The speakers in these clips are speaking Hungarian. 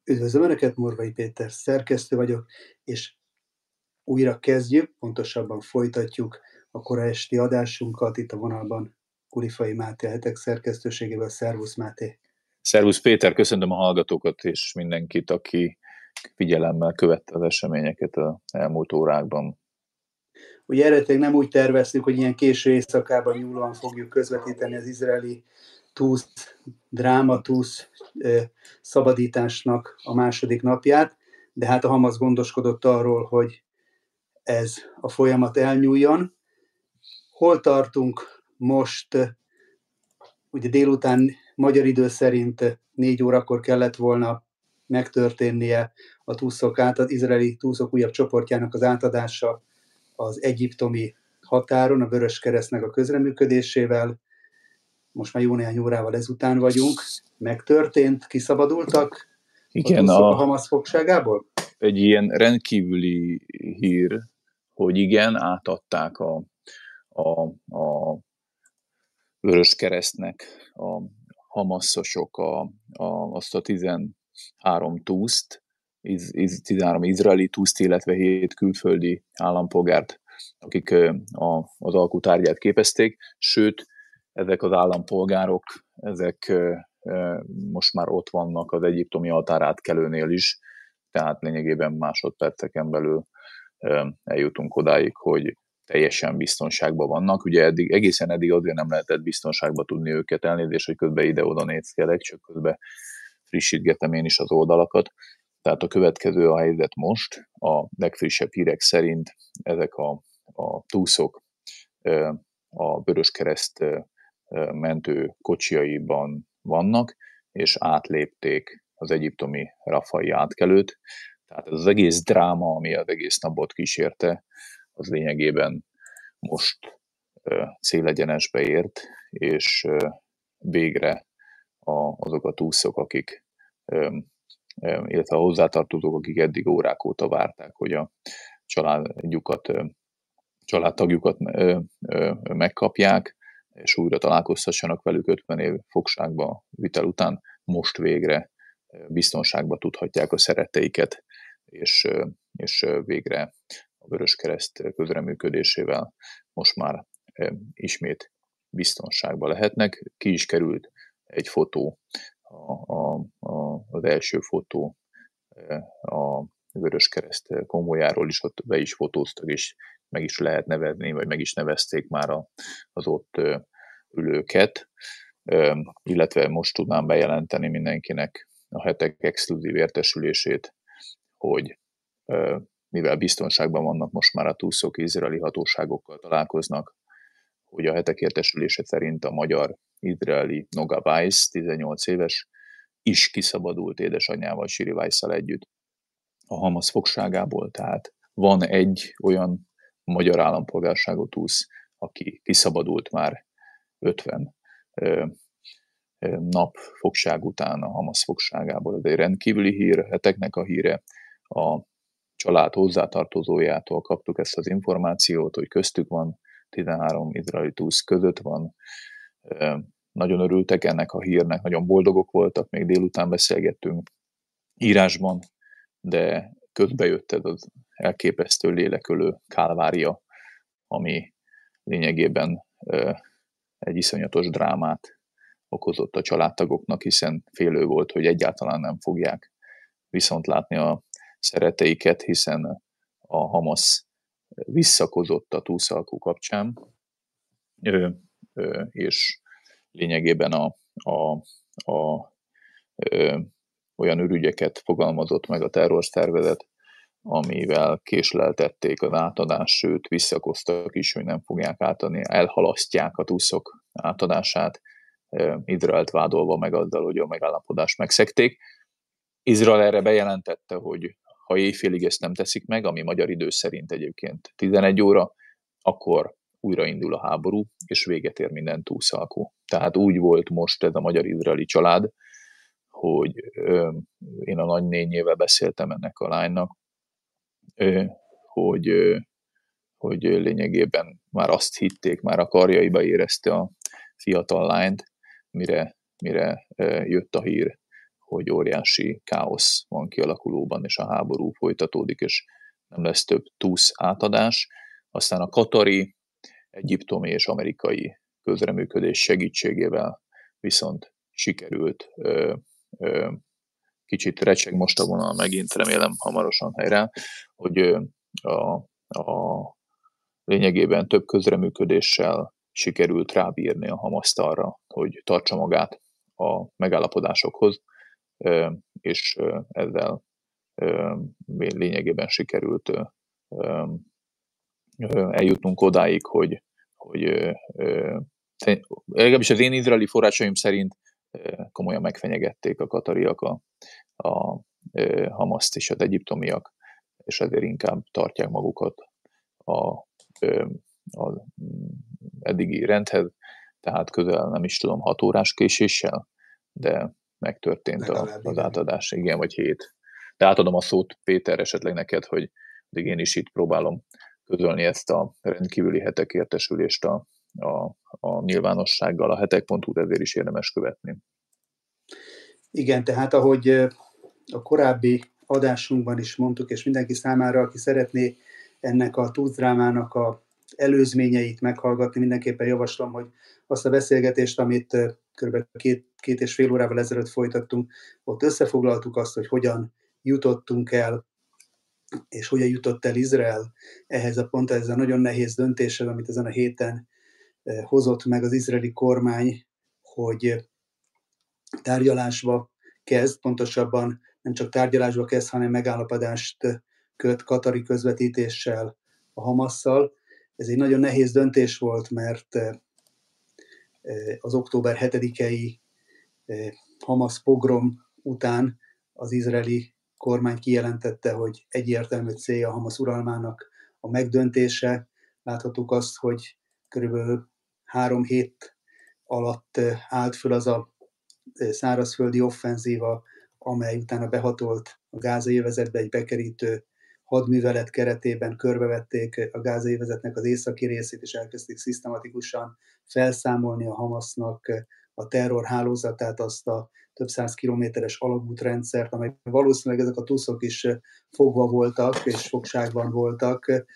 Üdvözlöm Önöket, Morvai Péter szerkesztő vagyok, és újra kezdjük, pontosabban folytatjuk a kora esti adásunkat itt a vonalban Kulifai Máté, a Hetek szerkesztőségéből. Szervusz Máté! Szervusz Péter, köszöntöm a hallgatókat és mindenkit, aki figyelemmel követte az eseményeket az elmúlt órákban. Ugye eredetileg nem úgy terveztük, hogy ilyen késő éjszakában nyúlóan fogjuk közvetíteni az izraeli dráma, szabadításnak a második napját, de hát a Hamasz gondoskodott arról, hogy ez a folyamat elnyúljon. Hol tartunk most? Ugye délután magyar idő szerint 4 órakor kellett volna megtörténnie az izraeli túszok újabb csoportjának az átadása az egyiptomi határon, a Vöröskeresztnek a közreműködésével. Most már jó néhány órával ezután vagyunk. Megtörtént, kiszabadultak Igen, a Hamasz fogságából? Egy ilyen rendkívüli hír, hogy igen, átadták a Vöröskeresztnek a hamasszosok azt a 13 túszt, 13 izraeli túszt, illetve 7 külföldi állampolgárt, akik az alkutárgyát képezték, sőt, ezek az állampolgárok, ezek most már ott vannak az egyiptomi határátkelőnél is, tehát lényegében másodperceken belül eljutunk odáig, hogy teljesen biztonságban vannak. Ugye egészen eddig azért nem lehetett biztonságba tudni őket, elnézést, hogy közben ide-oda nézkelek, csak közben frissítgetem én is az oldalakat. Tehát a következő a helyzet most, a legfrissebb hírek szerint ezek a túszok a Vöröskereszt mentő kocsiaiban vannak, és átlépték az egyiptomi rafai átkelőt. Tehát ez az egész dráma, ami az egész napot kísérte, az lényegében most célegyenesbe ért, és végre azok a túszok, akik, illetve a hozzátartozók, akik eddig órák óta várták, hogy a családtagjukat megkapják, és újra találkozhassanak velük 50 év fogságba vitel után, most végre biztonságba tudhatják a szeretteiket, és végre a Vöröskereszt közreműködésével most már ismét biztonságban lehetnek. Ki is került egy fotó, az első fotó a Vöröskereszt konvojáról is, ott be is fotóztak, és meg is lehet nevezni, vagy meg is nevezték már az ott ülőket, illetve most tudnám bejelenteni mindenkinek a Hetek exkluzív értesülését, hogy mivel biztonságban vannak most már a túszok, izraeli hatóságokkal találkoznak, hogy a Hetek értesülése szerint a magyar-izraeli Noga Weiss, 18 éves, is kiszabadult édesanyjával, Shiri Weisszal együtt a Hamasz fogságából. Tehát van egy olyan magyar állampolgárságú túsz, aki kiszabadult már 50 nap fogság után a Hamasz fogságából. Ez egy rendkívüli hír, Heteknek a híre. A család hozzátartozójától kaptuk ezt az információt, hogy köztük van 13 izraeli túsz, között van. Nagyon örültek ennek a hírnek, nagyon boldogok voltak, még délután beszélgettünk írásban, de közbe jött ez az elképesztő lélekölő kálvária, ami lényegében egy iszonyatos drámát okozott a családtagoknak, hiszen félő volt, hogy egyáltalán nem fogják viszont látni a szeretteiket, hiszen a Hamasz visszakozott a túszalkú kapcsán, és lényegében olyan ürügyeket fogalmazott meg a terrorszervezet, amivel késleltették az átadást, sőt visszakoztak is, hogy nem fogják átadni, elhalasztják a túszok átadását, Izraelt vádolva meg azzal, hogy a megállapodást megszegték. Izrael erre bejelentette, hogy ha éjfélig ezt nem teszik meg, ami magyar idő szerint egyébként 11 óra, akkor újraindul a háború, és véget ér minden túszalkú. Tehát úgy volt most ez a magyar-izraeli család, hogy én a nagynényével beszéltem ennek a lánynak, hogy lényegében már azt hitték, már a karjaiba érezte a fiatal lányt, mire jött a hír, hogy óriási káosz van kialakulóban, és a háború folytatódik, és nem lesz több TUSZ átadás. Aztán a katari, egyiptomi és amerikai közreműködés segítségével viszont sikerült, kicsit recseg most a vonal megint, remélem hamarosan helyre, hogy a lényegében több közreműködéssel sikerült rábírni a Hamaszt arra, hogy tartsa magát a megállapodásokhoz, és ezzel lényegében sikerült eljutnunk odáig, hogy legalábbis az én izraeli forrásaim szerint komolyan megfenyegették a katariak a Hamaszt és az egyiptomiak, és ezért inkább tartják magukat az eddigi rendhez, tehát közel nem is tudom 6 órás késéssel, de megtörtént az átadás, igen, vagy 7. De átadom a szót, Péter, esetleg neked, hogy én is itt próbálom közölni ezt a rendkívüli hetek értesülést a nyilvánossággal, a hetek.hu-t ezért is érdemes követni. Igen, tehát ahogy a korábbi adásunkban is mondtuk, és mindenki számára, aki szeretné ennek a TUSZ drámának a előzményeit meghallgatni, mindenképpen javaslom, hogy azt a beszélgetést, amit kb. két és fél órával ezelőtt folytattunk, ott összefoglaltuk azt, hogy hogyan jutottunk el, és hogyan jutott el Izrael ehhez a nagyon nehéz döntéssel, amit ezen a héten hozott meg az izraeli kormány, hogy tárgyalásba kezd, pontosabban nem csak tárgyalásba kezd, hanem megállapodást köt katari közvetítéssel a Hamasszal. Ez egy nagyon nehéz döntés volt, mert az október 7-i Hamasz pogrom után az izraeli kormány kijelentette, hogy egyértelmű célja a Hamasz uralmának a megdöntése. Láthattuk azt, hogy körülbelül 3 hét alatt állt föl az a szárazföldi offenzíva, amely utána behatolt a gázai övezetbe egy bekerítő hadművelet keretében, körbevették a gázai övezetnek az északi részét, és elkezdték szisztematikusan felszámolni a Hamasznak a terrorhálózatát, azt a több száz kilométeres alagútrendszert, amely valószínűleg ezek a tuszok is fogva voltak, és fogságban voltak.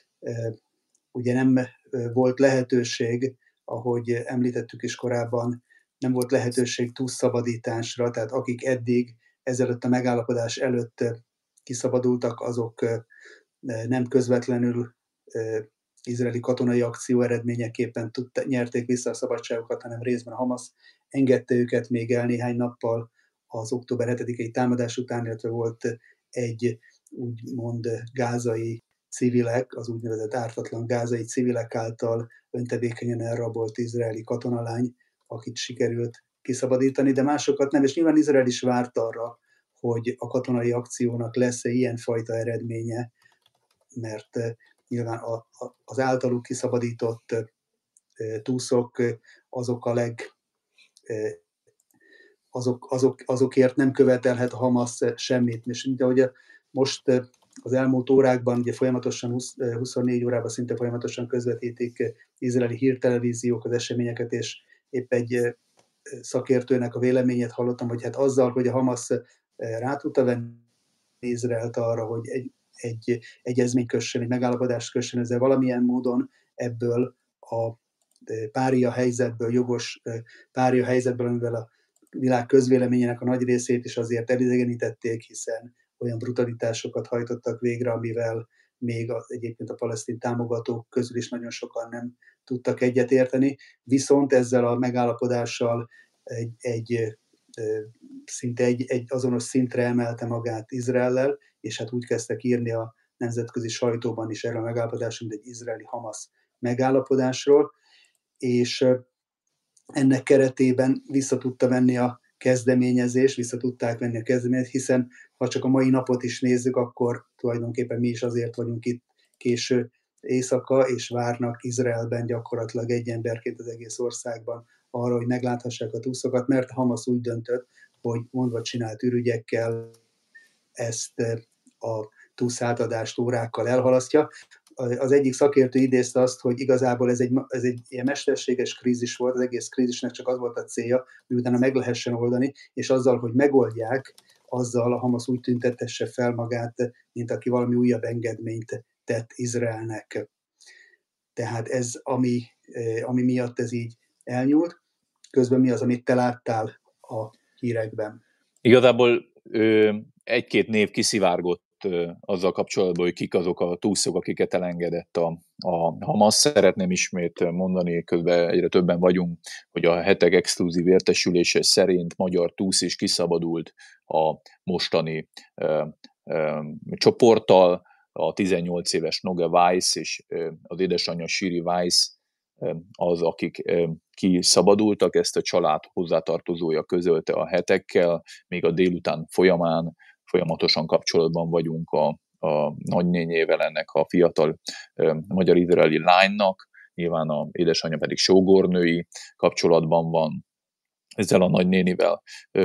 Ugye nem volt lehetőség, ahogy említettük is korábban, nem volt lehetőség túlszabadításra, tehát akik eddig ezelőtt a megállapodás előtt kiszabadultak, azok nem közvetlenül izraeli katonai akció eredményeképpen nyerték vissza a szabadságokat, hanem részben a Hamasz engedte őket még el néhány nappal az október 7-i támadás után, illetve volt egy úgymond gázai civilek, az úgynevezett ártatlan gázai civilek által öntevékenyen elrabolt izraeli katonalány, akit sikerült kiszabadítani, de másokat nem, és nyilván Izrael is várt arra, hogy a katonai akciónak lesz-e ilyenfajta eredménye, mert nyilván az általuk kiszabadított túszok azok azokért nem követelhet a Hamasz semmit. És mint ahogy most az elmúlt órákban, ugye folyamatosan 24 órában szinte folyamatosan közvetítik izraeli hírtelevíziók az eseményeket, és épp egy szakértőnek a véleményét hallottam, hogy hát azzal, hogy a Hamasz rá tudta venni Izraelt arra, hogy egy egyezmény kössön, egy megállapodást kössön, ezzel valamilyen módon ebből a pária helyzetből, jogos pária helyzetből, amivel a világ közvéleményének a nagy részét is azért elidegenítették, hiszen olyan brutalitásokat hajtottak végre, amivel még egyébként a palesztin támogatók közül is nagyon sokan nem tudtak egyetérteni. Viszont ezzel a megállapodással szinte egy azonos szintre emelte magát Izraellel, és hát úgy kezdtek írni a nemzetközi sajtóban is erről a megállapodásról, mint egy izraeli-Hamasz megállapodásról, és ennek keretében vissza tudták venni a kezdeményezést, hiszen ha csak a mai napot is nézzük, akkor tulajdonképpen mi is azért vagyunk itt késő éjszaka, és várnak Izraelben gyakorlatilag egy emberként az egész országban arra, hogy megláthassák a túszokat, mert Hamasz úgy döntött, hogy mondva csinált ürügyekkel ezt a túszátadást órákkal elhalasztja. az egyik szakértő idézte azt, hogy igazából ez egy ilyen mesterséges krízis volt, az egész krízisnek csak az volt a célja, hogy utána meg lehessen oldani, és azzal, hogy megoldják, azzal a Hamasz úgy tüntetesse fel magát, mint aki valami újabb engedményt tett Izraelnek. Tehát ez, ami miatt ez így elnyúlt. Közben mi az, amit te láttál a hírekben? Igazából egy-két név kiszivárgott azzal kapcsolatban, hogy kik azok a túszok, akiket elengedett a Hamasz. Szeretném ismét mondani, közben egyre többen vagyunk, hogy a hetek exkluzív értesülése szerint magyar túsz is kiszabadult a mostani csoporttal, a 18 éves Noge Weiss és az édesanyja Shiri Weiss az, akik kiszabadultak, ezt a család hozzátartozója közölte a hetekkel, még a délután folyamán folyamatosan kapcsolatban vagyunk a nagynényével ennek a fiatal magyar-izraeli lánynak, nyilván a édesanyja pedig sógornői kapcsolatban van ezzel a nagynénivel.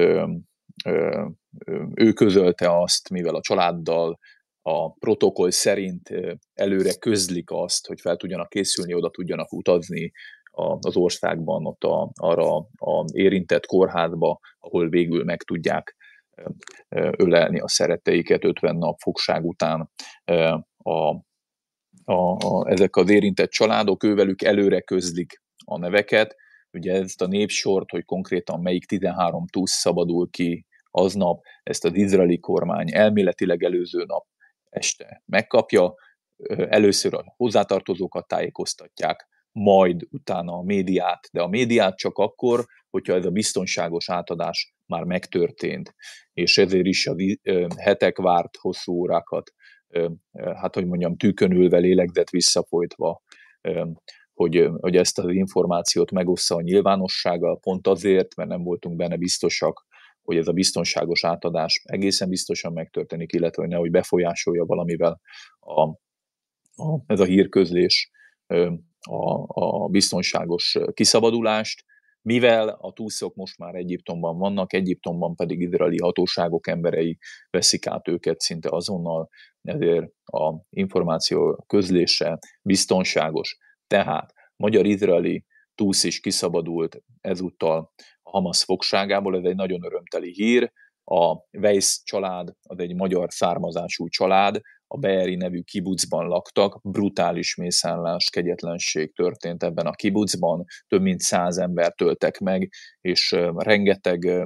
Ő közölte azt, mivel a családdal a protokoll szerint előre közlik azt, hogy fel tudjanak készülni, oda tudjanak utazni az országban, ott arra az érintett kórházba, ahol végül meg tudják ölelni a szeretteiket 50 nap fogság után. Ezek az érintett családok, ővelük előre közlik a neveket. Ugye ezt a névsort, hogy konkrétan melyik 13 túsz szabadul ki aznap, ezt az izraeli kormány elméletileg előző nap este megkapja. Először a hozzátartozókat tájékoztatják, majd utána a médiát, de a médiát csak akkor, hogyha ez a biztonságos átadás már megtörtént. És ezért is a hetek várt hosszú órákat, hát hogy mondjam, tűkön ülve, lélegzet visszafolytva, hogy ezt az információt megossza a nyilvánossággal, pont azért, mert nem voltunk benne biztosak, hogy ez a biztonságos átadás egészen biztosan megtörténik, illetve hogy nehogy befolyásolja valamivel ez a hírközlés a biztonságos kiszabadulást, mivel a túszok most már Egyiptomban vannak, Egyiptomban pedig izraeli hatóságok emberei veszik át őket szinte azonnal, ezért a információ közlése biztonságos. Tehát magyar-izraeli túsz is kiszabadult ezúttal a Hamasz fogságából, ez egy nagyon örömteli hír. A Weiss család az egy magyar származású család, a Be'eri nevű kibucban laktak, brutális mészárlás, kegyetlenség történt ebben a kibucban, több mint 100 embert öltek meg, és rengeteg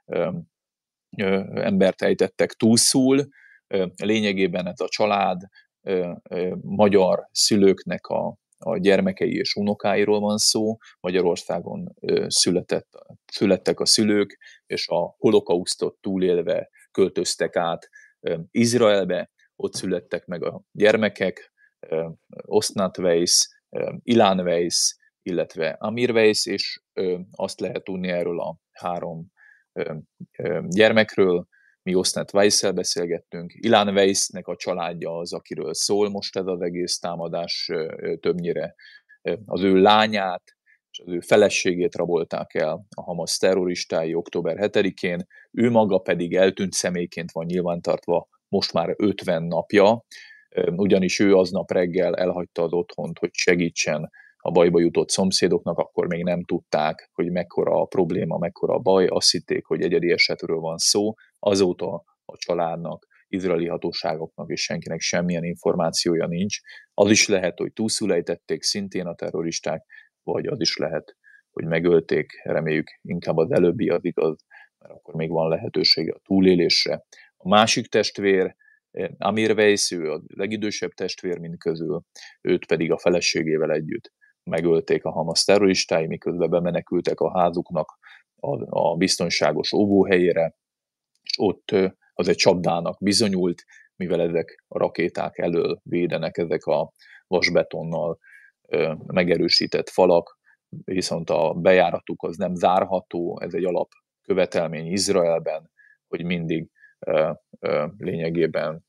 embert ejtettek túlszul. Lényegében ez a család magyar szülőknek a gyermekei és unokáiról van szó. Magyarországon születtek a szülők, és a holokausztot túlélve költöztek át Izraelbe, ott születtek meg a gyermekek, Osnat Weiss, Ilan Weiss, illetve Amir Weiss, és azt lehet tudni erről a 3 gyermekről. Mi Osnat Weiss-szel beszélgettünk. Ilan Weissnek a családja az, akiről szól most ez az egész támadás, többnyire az ő lányát és az ő feleségét rabolták el a Hamasz terroristái október 7-én, ő maga pedig eltűnt személyként van nyilvántartva most már 50 napja, ugyanis ő aznap reggel elhagyta az otthont, hogy segítsen a bajba jutott szomszédoknak, akkor még nem tudták, hogy mekkora a probléma, mekkora a baj, azt hitték, hogy egyedi esetről van szó, azóta a családnak, izraeli hatóságoknak és senkinek semmilyen információja nincs. Az is lehet, hogy túlszul ejtették szintén a terroristák, vagy az is lehet, hogy megölték, reméljük inkább az előbbi az igaz, mert akkor még van lehetősége a túlélésre. A másik testvér, Amir Weiss, ő a legidősebb testvér mind közül, őt pedig a feleségével együtt megölték a Hamasz terroristái, miközben bemenekültek a házuknak a biztonságos óvóhelyére, és ott az egy csapdának bizonyult, mivel ezek a rakéták elől védenek, ezek a vasbetonnal megerősített falak, viszont a bejáratuk az nem zárható, ez egy alapkövetelmény Izraelben, hogy mindig lényegében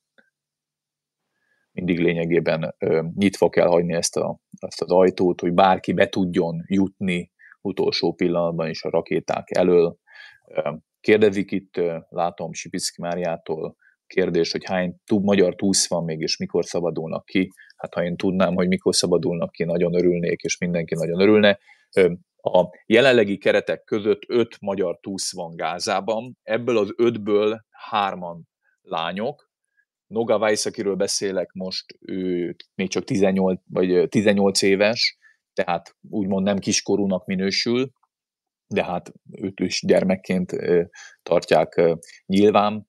nyitva kell hagyni ezt az ajtót, hogy bárki be tudjon jutni utolsó pillanatban is a rakéták elől. Kérdezik itt, látom Sipicki Máriától kérdés, hogy hány magyar túsz van még, és mikor szabadulnak ki. hát ha én tudnám, hogy mikor szabadulnak ki, nagyon örülnék, és mindenki nagyon örülne. A jelenlegi keretek között 5 magyar túsz van Gázában, ebből az 5-ből 3 lányok. Noga Weiss, akiről beszélek most, ő még csak 18 éves, tehát úgymond nem kiskorúnak minősül, de hát őt is gyermekként tartják nyilván.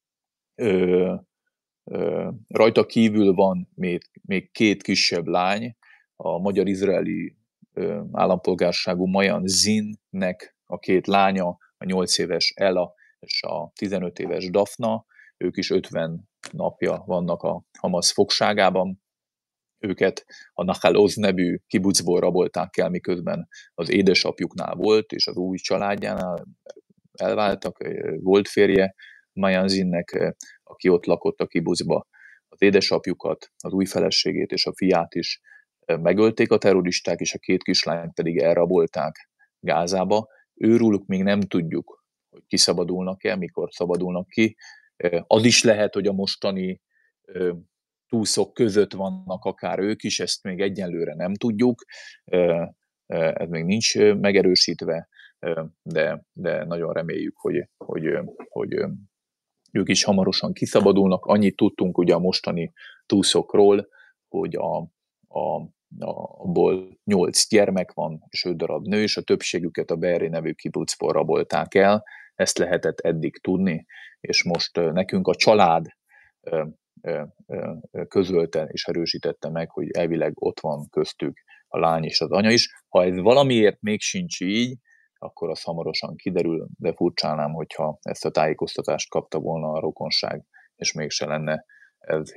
Rajta kívül van még 2 kisebb lány, a magyar-izraeli állampolgárságú Mayan Zinnek a 2 lánya, a 8 éves Ella és a 15 éves Dafna, ők is 50 napja vannak a Hamasz fogságában. Őket a Nahal Oz nevű kibucból rabolták el, miközben az édesapjuknál volt, és az új családjánál elváltak, volt férje Mayan Zinnek, aki ott lakott a kibucba. Az édesapjukat, az új feleségét és a fiát is megölték a terroristák, és a 2 kislányt pedig elrabolták Gázába. Őrülük még nem tudjuk, hogy kiszabadulnak-e, mikor szabadulnak ki. Az is lehet, hogy a mostani túszok között vannak akár ők is, ezt még egyenlőre nem tudjuk, ez még nincs megerősítve, de nagyon reméljük, hogy ők is hamarosan kiszabadulnak. Annyit tudtunk ugye a mostani túszokról, hogy abból 8 gyermek van, és 5 darab nő, és a többségüket a Be'eri nevű kibucból rabolták el. Ezt lehetett eddig tudni, és most nekünk a család közölte és erősítette meg, hogy elvileg ott van köztük a lány és az anya is. Ha ez valamiért még sincs így, akkor az hamarosan kiderül, de furcsálnám, hogyha ezt a tájékoztatást kapta volna a rokonság, és mégse lenne ez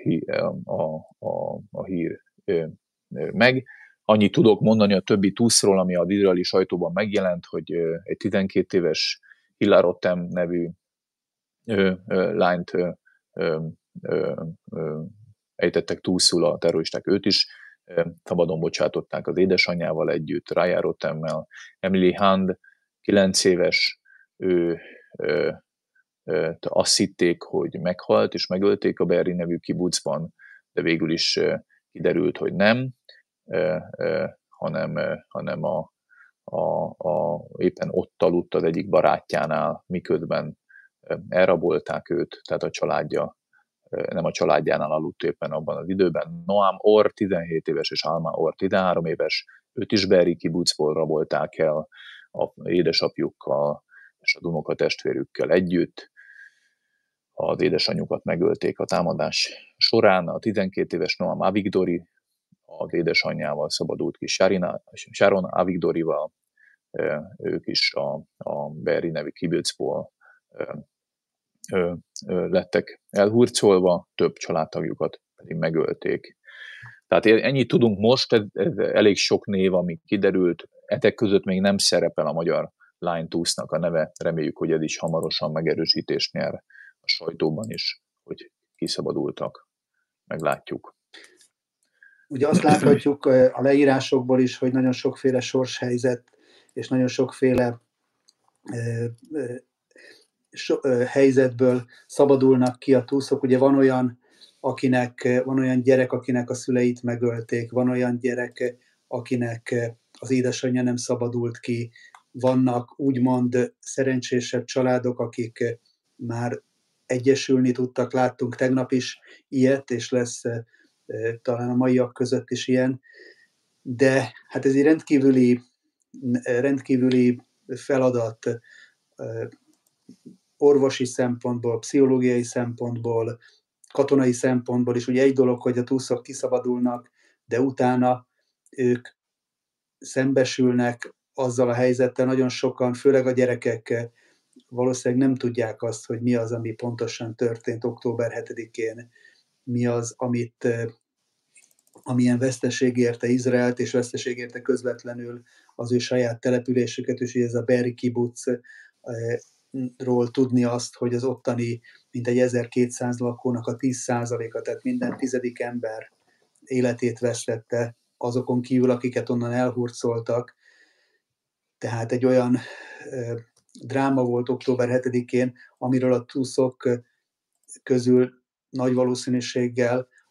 a hír meg. Annyit tudok mondani a többi túszról, ami az izraeli sajtóban megjelent, hogy egy 12 éves Hillel Rotem nevű lányt ejtettek túlszul a terroristák, őt is szabadon bocsátották az édesanyjával együtt, Raya Rotemmel. Emily Hand, 9 éves, azt hitték, hogy meghalt, és megölték a Be'eri nevű kibucban, de végül is kiderült, hogy nem, hanem éppen ott aludt az egyik barátjánál, miközben elrabolták őt, tehát a családja, nem a családjánál aludt éppen abban az időben. Noam Or 17 éves és Alma Or 13 éves, őt is Be'eri kibucból rabolták el az édesapjukkal és az unokatestvérükkel együtt. Az édesanyjukat megölték a támadás során. A 12 éves Noam Avigdori az édesanyjával szabadult ki, Sharon Avigdorival, ők is a Be'eri nevű kibucból lettek elhurcolva, több családtagjukat pedig megölték. Tehát ennyit tudunk most, ez elég sok név, ami kiderült, ezek között még nem szerepel a magyar lánytúsznak a neve, reméljük, hogy ez is hamarosan megerősítést nyer a sajtóban is, hogy kiszabadultak, meglátjuk. Ugye azt láthatjuk a leírásokból is, hogy nagyon sokféle sorshelyzet és nagyon sokféle helyzetből szabadulnak ki a túszok. Ugye van olyan gyerek, akinek a szüleit megölték, van olyan gyerek, akinek az édesanyja nem szabadult ki, vannak úgymond szerencsésebb családok, akik már egyesülni tudtak, láttunk tegnap is ilyet, és lesz talán a maiak között is ilyen, de hát ez egy rendkívüli feladat orvosi szempontból, pszichológiai szempontból, katonai szempontból is. Ugye egy dolog, hogy a túszok kiszabadulnak, de utána ők szembesülnek azzal a helyzettel, nagyon sokan, főleg a gyerekek valószínűleg nem tudják azt, hogy mi az, ami pontosan történt október 7-én, mi az, amilyen veszteség érte Izraelt, és veszteség érte közvetlenül az ő saját településüket, és ez a Be'eri kibucról tudni azt, hogy az ottani mintegy 1200 lakónak a 10%-a, tehát minden 10. ember életét vesztette, azokon kívül, akiket onnan elhurcoltak. Tehát egy olyan dráma volt október 7-én, amiről a túszok közül nagy valószínűséggel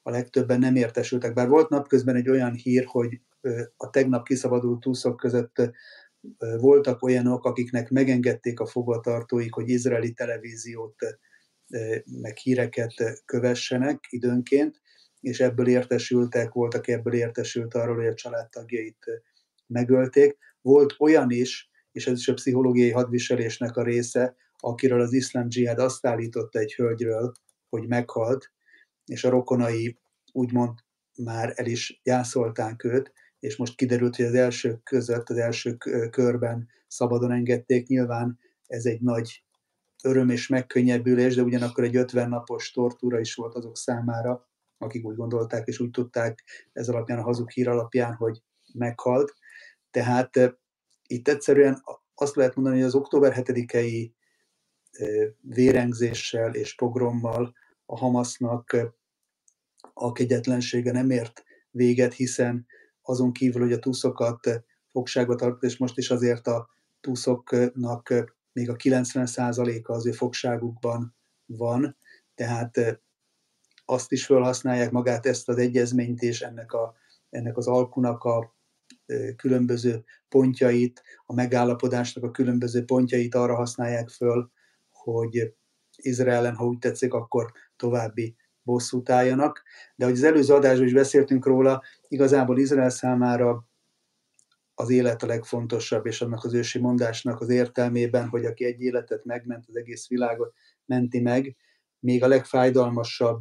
a legtöbben nem értesültek. Bár volt napközben egy olyan hír, hogy a tegnap kiszabadult túszok között voltak olyanok, akiknek megengedték a fogvatartóik, hogy izraeli televíziót meg híreket kövessenek időnként, és ebből értesültek, volt, aki ebből értesült arról, hogy a családtagjait megölték. Volt olyan is, és ez is a pszichológiai hadviselésnek a része, akiről az iszlám dzsihád azt állította egy hölgyről, hogy meghalt, és a rokonai úgymond már el is gyászolták őt, és most kiderült, hogy az elsők között, az első körben szabadon engedték. Nyilván ez egy nagy öröm és megkönnyebbülés, de ugyanakkor egy 50 napos tortúra is volt azok számára, akik úgy gondolták és úgy tudták ez alapján, a hazug hír alapján, hogy meghalt. Tehát itt egyszerűen azt lehet mondani, hogy az október 7-i vérengzéssel és pogrommal a Hamasznak a kegyetlensége nem ért véget, hiszen azon kívül, hogy a túszokat fogságba tart, és most is azért a túszoknak még a 90%-a az ő fogságukban van, tehát azt is felhasználják magát ezt az egyezményt, és ennek az alkunak a különböző pontjait, a megállapodásnak a különböző pontjait arra használják föl, hogy Izraelen, ha úgy tetszik, akkor további bosszút álljanak. De ahogy az előző adásban is beszéltünk róla, igazából Izrael számára az élet a legfontosabb, és annak az ősi mondásnak az értelmében, hogy aki egy életet megment, az egész világot menti meg, még a legfájdalmasabb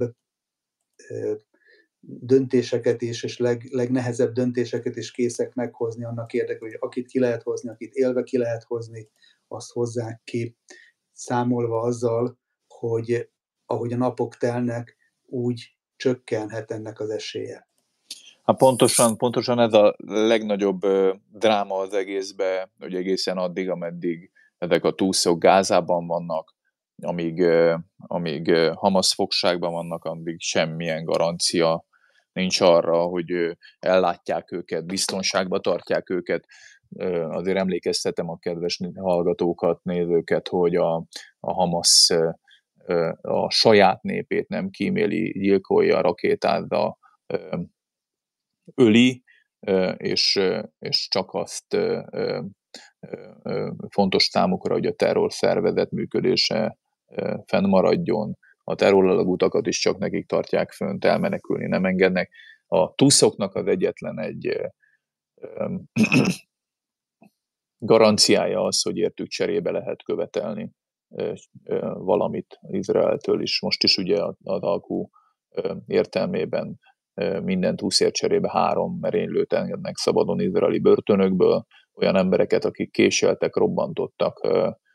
döntéseket is, és legnehezebb döntéseket is készek meghozni annak érdekében, hogy akit ki lehet hozni, akit élve ki lehet hozni, azt hozzák ki, számolva azzal, hogy ahogy a napok telnek, úgy csökkenhet ennek az esélye. Hát pontosan ez a legnagyobb dráma az egészben, hogy egészen addig, ameddig ezek a túszok Gázában vannak, amíg Hamasz fogságban vannak, addig semmilyen garancia nincs arra, hogy ellátják őket, biztonságba tartják őket. Azért emlékeztetem a kedves hallgatókat, nézőket, hogy a Hamasz a saját népét nem kíméli, gyilkolja, rakétázza, öli, és csak azt fontos számukra, hogy a terrorszervezet működése fennmaradjon. A terroralagutakat is csak nekik tartják fönt, elmenekülni nem engednek. A túszoknak az egyetlen egy garanciája az, hogy értük cserébe lehet követelni valamit Izraeltől is. Most is ugye az alkú értelmében minden túszért cserébe 3 merénylőt engednek szabadon izraeli börtönökből, olyan embereket, akik késeltek, robbantottak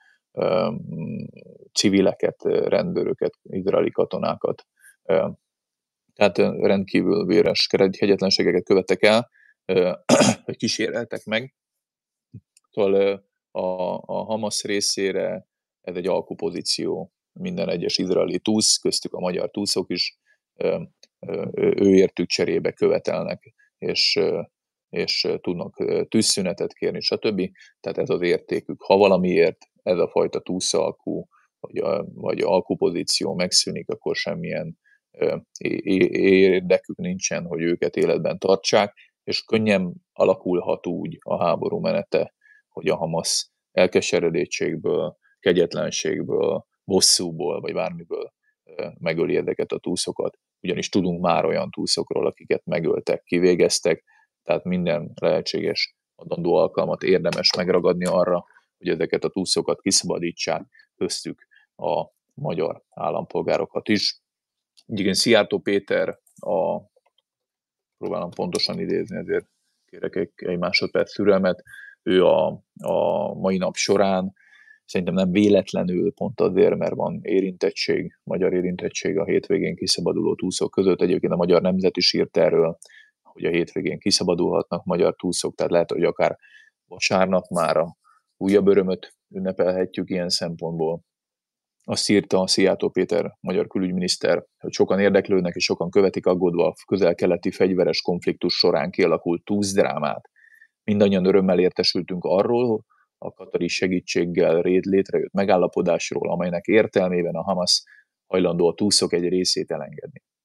civileket, rendőröket, izraeli katonákat. Tehát rendkívül véres kegyetlenségeket követtek el, vagy kíséreltek meg. Szóval a Hamasz részére ez egy alkupozíció. Minden egyes izraeli túsz, köztük a magyar túszok is, őértük cserébe követelnek, és tudnak tűzszünetet kérni, stb. Tehát ez az értékük. Ha valamiért ez a fajta túszalkú, vagy alkupozíció megszűnik, akkor semmilyen érdekük nincsen, hogy őket életben tartsák, és könnyen alakulhat úgy a háború menete, hogy a Hamasz elkeseredettségből, kegyetlenségből, bosszúból, vagy bármiből megöli ezeket a túszokat. Ugyanis tudunk már olyan túszokról, akiket megöltek, kivégeztek, tehát minden lehetséges adandó alkalmat érdemes megragadni arra, hogy ezeket a túszokat kiszabadítsák, köztük a magyar állampolgárokat is. Igen, Szijjártó Péter, próbálom pontosan idézni, ezért kérek egy másodperc türelmet, ő a mai nap során szerintem nem véletlenül, pont azért, mert van érintettség, magyar érintettség a hétvégén kiszabaduló túszok között. Egyébként a Magyar Nemzet is írt erről, hogy a hétvégén kiszabadulhatnak magyar túszok, tehát lehet, hogy akár vasárnap már a újabb örömöt ünnepelhetjük ilyen szempontból. Azt írta a Szijjártó Péter, magyar külügyminiszter, hogy sokan érdeklődnek és sokan követik aggódva a közel-keleti fegyveres konfliktus során kialakult túszdrámát. Mindannyian örömmel értesültünk arról, a katari segítséggel létrejött megállapodásról, amelynek értelmében a Hamasz hajlandó a túszok egy részét elengedni.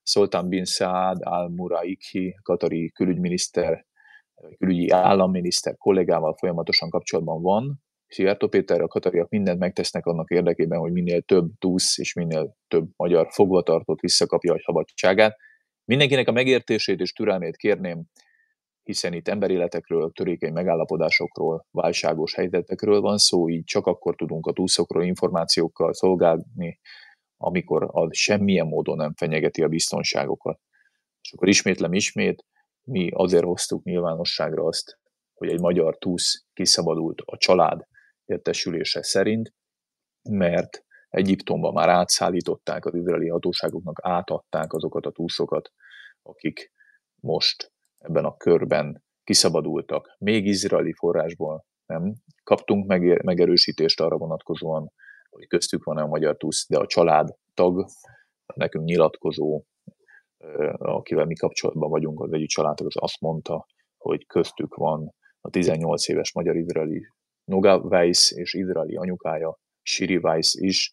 Szultán bin Saad al-Muraikhi, katari külügyi államminiszter kollégával folyamatosan kapcsolatban van. Szijjártó Péter, a katariak mindent megtesznek annak érdekében, hogy minél több túsz és minél több magyar fogvatartót visszakapja a szabadságát. Mindenkinek a megértését és türelmét kérném, hiszen itt emberéletekről, törékeny megállapodásokról, válságos helyzetekről van szó, így csak akkor tudunk a túszokról információkkal szolgálni, amikor az semmilyen módon nem fenyegeti a biztonságokat. És akkor ismétlem, mi azért hoztuk nyilvánosságra azt, hogy egy magyar túsz kiszabadult a család értesülése szerint, mert Egyiptomba már átszállították az izraeli hatóságoknak, átadták azokat a túszokat, akik most ebben a körben kiszabadultak. Még izraeli forrásból nem kaptunk megerősítést arra vonatkozóan, hogy köztük van a magyar túsz, de a családtag, nekünk nyilatkozó, akivel mi kapcsolatban vagyunk, az egyik családtag, az azt mondta, hogy köztük van a 18 éves magyar-izraeli Noga Weiss és izraeli anyukája, Shiri Weiss is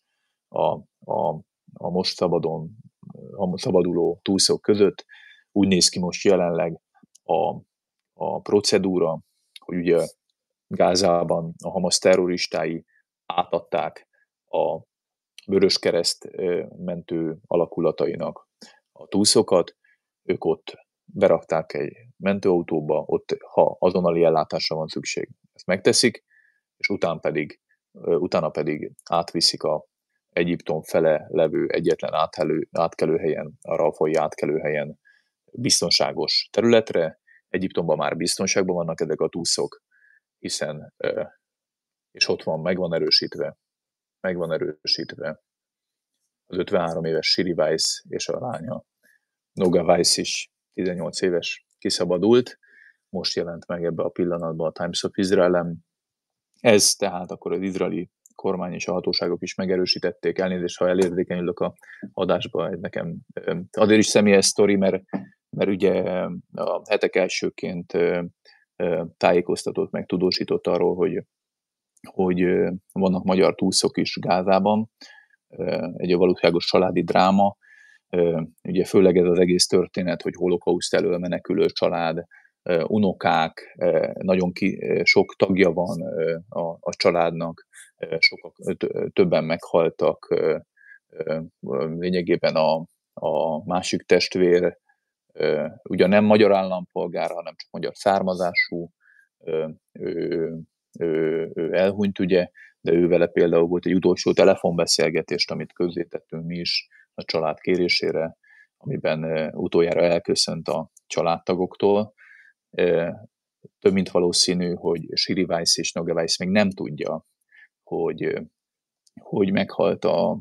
a most szabaduló túszok között. Úgy néz ki most jelenleg a procedúra, hogy ugye Gázában a Hamasz terroristái átadták a Vöröskereszt mentő alakulatainak a túszokat, ők ott berakták egy mentőautóba, ott ha azonnali ellátásra van szükség, ezt megteszik, és utána pedig átviszik a Egyiptom fele levő egyetlen átkelőhelyen, a Rafai átkelőhelyen biztonságos területre. Egyiptomban már biztonságban vannak ezek a túszok, hiszen és ott van, meg van erősítve az 53 éves Shiri Weiss és a lánya Noga Weiss is 18 éves kiszabadult. Most jelent meg ebbe a pillanatban a Times of Israel-en. Ez tehát akkor az izraeli kormány és a hatóságok is megerősítették. Elnézést, ha elérzékenyülök a adásba, ez nekem azért is személyes sztori, mert ugye a hetek elsőként tájékoztatott, meg tudósított arról, hogy vannak magyar túszok is Gázában, egy valóságos családi dráma, ugye főleg ez az egész történet, hogy holokauszt elől menekülő család, unokák, sok tagja van a családnak, többen meghaltak, lényegében a másik testvér ugyan nem magyar állampolgár, hanem csak magyar származású, ő elhunyt ugye, de ő vele például volt egy utolsó telefonbeszélgetést, amit közzétettünk mi is a család kérésére, amiben utoljára elköszönt a családtagoktól. Több mint valószínű, hogy Shiri Weiss és Noga Weiss még nem tudja, hogy meghalt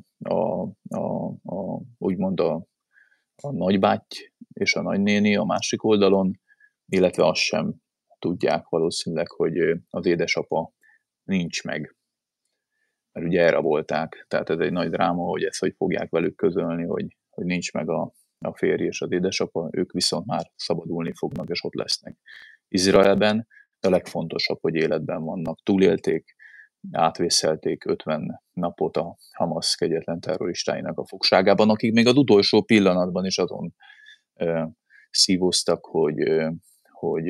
úgymond a nagybáty és a nagynéni a másik oldalon, illetve azt sem tudják valószínűleg, hogy az édesapa nincs meg. Mert ugye elrabolták, tehát ez egy nagy dráma, hogy ezt hogy fogják velük közölni, hogy nincs meg a férj és az édesapa, ők viszont már szabadulni fognak, és ott lesznek Izraelben. De a legfontosabb, hogy életben vannak, túlélték, átvészelték 50 napot a Hamasz kegyetlen terroristáinak a fogságában, akik még az utolsó pillanatban is azon szívoztak, hogy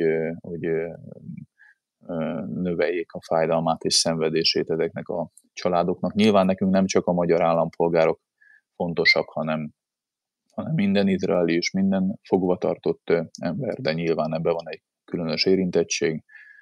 növeljék a fájdalmát és szenvedését ezeknek a családoknak. Nyilván nekünk nem csak a magyar állampolgárok fontosak, hanem minden izraeli és minden fogvatartott ember, de nyilván ebben van egy különös érintettség.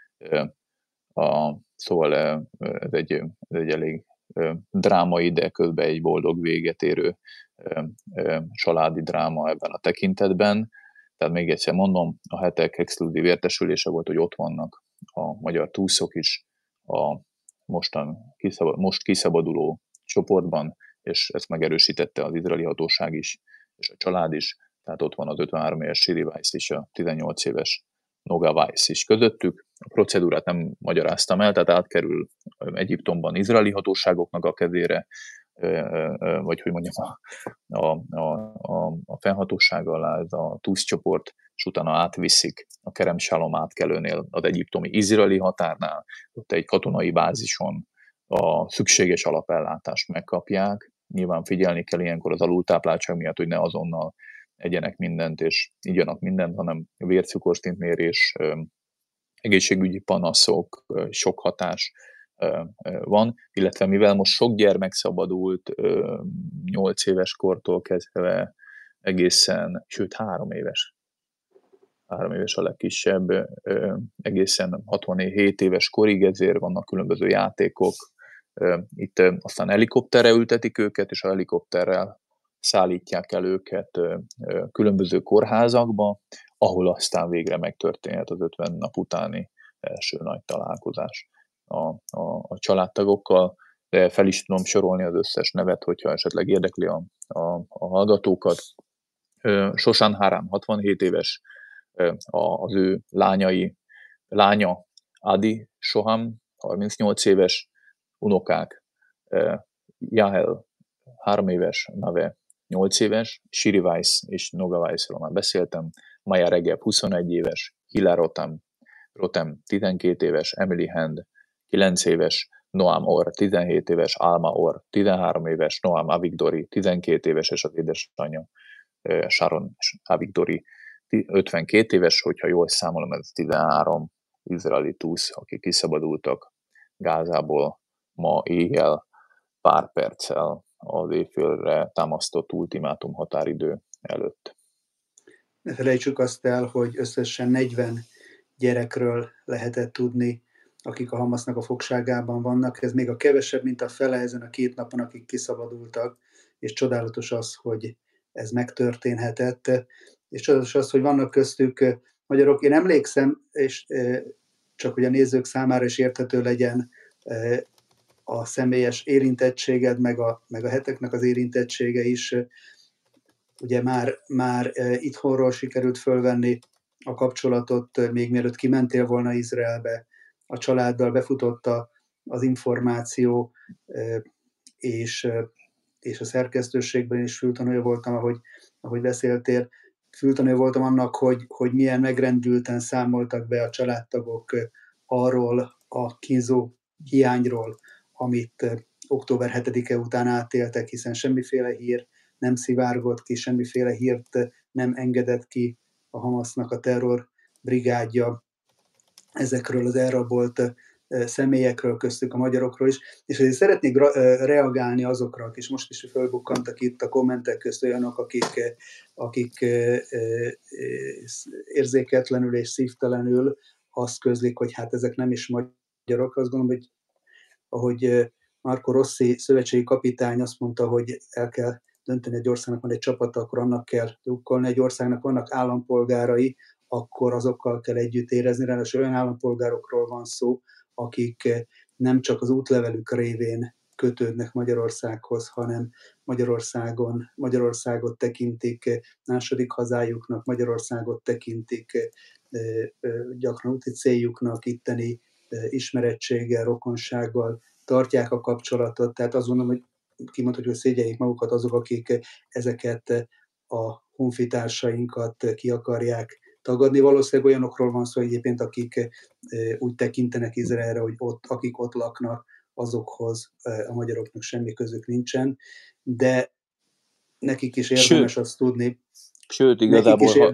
Szóval ez egy elég drámai, de közben egy boldog véget érő családi dráma ebben a tekintetben. Tehát még egyszer mondom, a hetek exkluzív értesülése volt, hogy ott vannak a magyar túszok is a most kiszabaduló csoportban, és ezt megerősítette az izraeli hatóság is, és a család is, tehát ott van az 53 éves Shiri Weiss és a 18 éves Noga Weiss is közöttük. A procedúrát nem magyaráztam el, tehát átkerül Egyiptomban izraeli hatóságoknak a kezére, vagy hogy mondjam, a fennhatóság alá ez a túszcsoport, és utána átviszik a Kerem Shalom átkelőnél, az egyiptomi izraeli határnál, ott egy katonai bázison a szükséges alapellátást megkapják. Nyilván figyelni kell ilyenkor az alultápláltság miatt, hogy ne azonnal egyenek mindent, és igyanak mindent, hanem vércukorszintmérés, egészségügyi panaszok, sok hatás van, illetve mivel most sok gyermek szabadult 8 éves kortól kezdve egészen, sőt 3 éves a legkisebb, egészen 67 éves korig, ezért vannak különböző játékok. Itt aztán helikopterre ültetik őket, és a helikopterrel szállítják el őket különböző kórházakba, ahol aztán végre megtörténhet az 50 nap utáni első nagy találkozás a családtagokkal. De fel is tudom sorolni az összes nevet, hogyha esetleg érdekli a hallgatókat. Sosan Haram, 67 éves, az ő lánya Adi Soham, 38 éves, unokák Jahel, 3 éves, Nave, 8 éves, Shiri Weiss és Noga Weissról már beszéltem, Maya Regeb, 21 éves, Hila Rotem, 12 éves, Emily Hand, 9 éves, Noam Orr, 17 éves, Alma Orr, 13 éves, Noam Avigdori, 12 éves, és az édesanyja Sharon Avigdori, 52 éves, hogyha jól számolom, ez 13 izraeli túsz, akik kiszabadultak Gázából ma éjjel pár perccel az éjfélre támasztott ultimátum határidő előtt. Ne felejtsük azt el, hogy összesen 40 gyerekről lehetett tudni, akik a Hamasznak a fogságában vannak. Ez még a kevesebb, mint a fele ezen a 2 napon, akik kiszabadultak, és csodálatos az, hogy ez megtörténhetett, és csodálatos az, hogy vannak köztük magyarok. Én emlékszem, és csak hogy a nézők számára is érthető legyen a személyes érintettséged, meg a heteknek az érintettsége is, ugye már itthonról sikerült fölvenni a kapcsolatot, még mielőtt kimentél volna Izraelbe, a családdal befutott az információ, és a szerkesztőségben is fültanúja voltam, ahogy beszéltél. Fültanúja voltam annak, hogy milyen megrendülten számoltak be a családtagok arról a kínzó hiányról, amit október 7-e után átéltek, hiszen semmiféle hír nem szivárgott ki, semmiféle hírt nem engedett ki a Hamasznak a terrorbrigádja ezekről az elrabolt személyekről, köztük a magyarokról is, és ezért szeretnék reagálni azokra, és most is fölbukkantak itt a kommentek közt olyanok, akik érzéketlenül és szívtelenül azt közlik, hogy hát ezek nem is magyarok. Azt gondolom, hogy ahogy Marco Rossi szövetségi kapitány azt mondta, hogy el kell dönteni, egy országnak van egy csapata, akkor annak kell drukkolni, egy országnak vannak állampolgárai, akkor azokkal kell együtt érezni, ráadásul olyan állampolgárokról van szó, akik nem csak az útlevelük révén kötődnek Magyarországhoz, hanem Magyarországot tekintik második hazájuknak, Magyarországot tekintik gyakran úti céljuknak, itteni ismerettséggel, rokonsággal tartják a kapcsolatot, tehát azt gondolom, hogy kimondhatjuk, hogy szégyeljék magukat azok, akik ezeket a honfitársainkat ki akarják tagadni. Valószínűleg olyanokról van szó egyébként, akik úgy tekintenek Izraelre, hogy akik ott laknak, azokhoz a magyaroknak semmi közük nincsen, de nekik is érdemes azt tudni, Sőt, igazából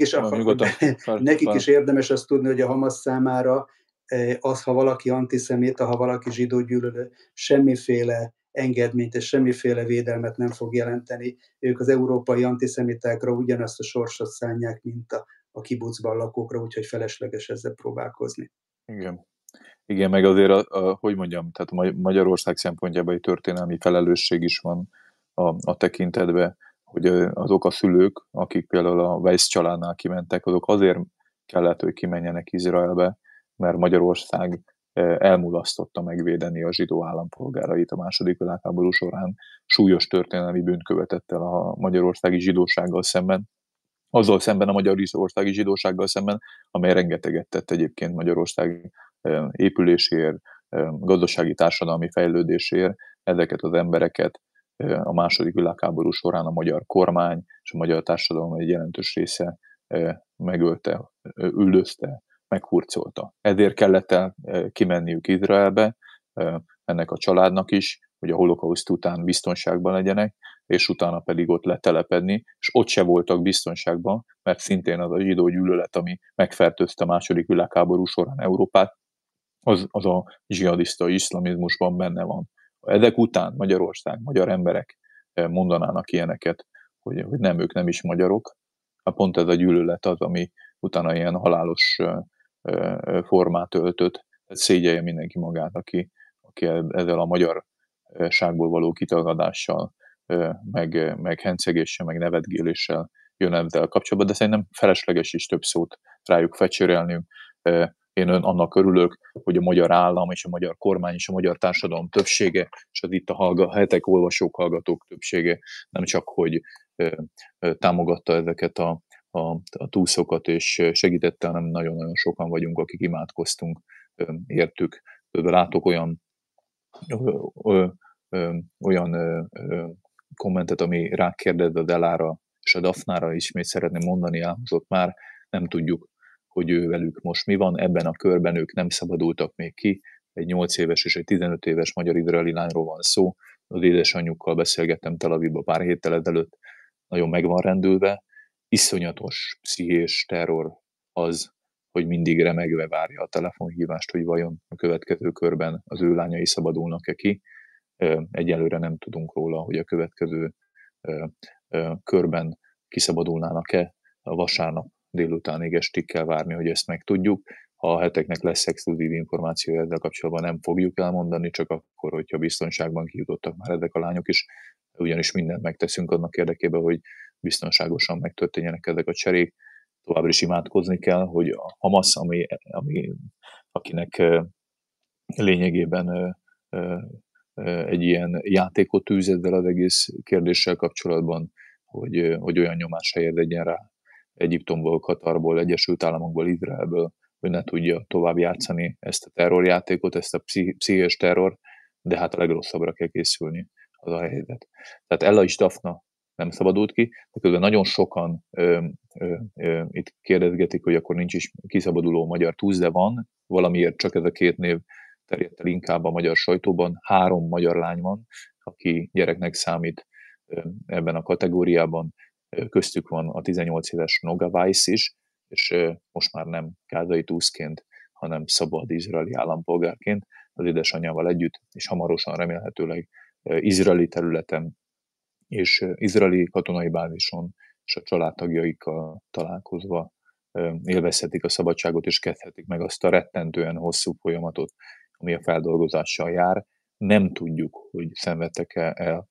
nekik is érdemes azt tudni, hogy a Hamasz számára az, ha valaki antiszemita, ha valaki zsidógyűlölő, semmiféle engedményt és semmiféle védelmet nem fog jelenteni. Ők az európai antiszemitákra ugyanazt a sorsot szánják, mint a kibucban lakókra, úgyhogy felesleges ezzel próbálkozni. Igen, meg azért, hogy mondjam, tehát Magyarország szempontjában egy történelmi felelősség is van a tekintetben, hogy azok a szülők, akik például a Weiss családnál kimentek, azok azért kellett, hogy kimenjenek Izraelbe, mert Magyarország elmulasztotta megvédeni a zsidó állampolgárait a második világháború során, súlyos történelmi bűnt követett el a magyarországi zsidósággal szemben, azzal szemben a magyarországi zsidósággal szemben, amely rengeteget tett egyébként Magyarország épüléséért, gazdasági társadalmi fejlődéséért. Ezeket az embereket a második világháború során a magyar kormány és a magyar társadalom egy jelentős része megölte, üldözte, meghurcolta. Ezért kellett el kimenniük Izraelbe, ennek a családnak is, hogy a holokauszt után biztonságban legyenek, és utána pedig ott letelepedni, és ott se voltak biztonságban, mert szintén az a zsidó gyűlölet, ami megfertőzte a II. Világháború során Európát, az a zsihadista iszlamizmusban benne van. Ezek után Magyarország, magyar emberek mondanának ilyeneket, hogy nem, ők nem is magyarok, pont ez a gyűlölet az, ami utána ilyen halálos formát öltött. Tehát szégyelje mindenki magát, aki ezzel a magyarságból való kitagadással, meg hencegéssel, meg nevetgéléssel jön ezzel kapcsolatban, de szerintem felesleges is több szót rájuk fecsérelni. Én annak örülök, hogy a magyar állam és a magyar kormány és a magyar társadalom többsége, és az itt a hetek olvasók, hallgatók többsége nem csak, hogy támogatta ezeket a túszokat és segítette, hanem nagyon-nagyon sokan vagyunk, akik imádkoztunk értük. Látok olyan kommentet, ami rákérdez a Delára és a Dafnára, ismét szeretném mondani, elhozott már, nem tudjuk, hogy ő velük most mi van, ebben a körben ők nem szabadultak még ki, egy 8 éves és egy 15 éves magyar-izraeli lányról van szó, az édesanyjukkal beszélgettem Tel Avivba pár héttel ezelőtt, nagyon meg van rendülve, iszonyatos pszichés terror az, hogy mindig remegve várja a telefonhívást, hogy vajon a következő körben az ő lányai szabadulnak-e ki. Egyelőre nem tudunk róla, hogy a következő körben kiszabadulnának-e. A vasárnap délutánig estig kell várni, hogy ezt megtudjuk. Ha a heteknek lesz exkluzív információja ezzel kapcsolatban, nem fogjuk elmondani, csak akkor, hogyha biztonságban kijutottak már ezek a lányok is, ugyanis mindent megteszünk annak érdekében, hogy biztonságosan megtörténjenek ezek a cserék. Továbbra is imádkozni kell, hogy a Hamas, akinek lényegében egy ilyen játékot tűz ezzel az egész kérdéssel kapcsolatban, hogy olyan nyomás helyezedjen rá Egyiptomból, Katarból, Egyesült Államokból, Izraelből, hogy ne tudja tovább játszani ezt a terrorjátékot, ezt a pszichés terror, de hát a legrosszabbra kell készülni, az a helyzet. Tehát Ella és Dafna nem szabadult ki, de közben nagyon sokan itt kérdezgetik, hogy akkor nincs is kiszabaduló magyar túsz, de van, valamiért csak ez a két név terjedt el inkább a magyar sajtóban. 3 magyar lány van, aki gyereknek számít ebben a kategóriában, köztük van a 18 éves Noga Weiss is, és most már nem gázai túszként, hanem szabad izraeli állampolgárként az édesanyjával együtt, és hamarosan remélhetőleg izraeli területen és izraeli katonai bázison és a családtagjaikkal találkozva élvezhetik a szabadságot, és kezdhetik meg azt a rettentően hosszú folyamatot, ami a feldolgozással jár. Nem tudjuk, hogy szenvedtek-e el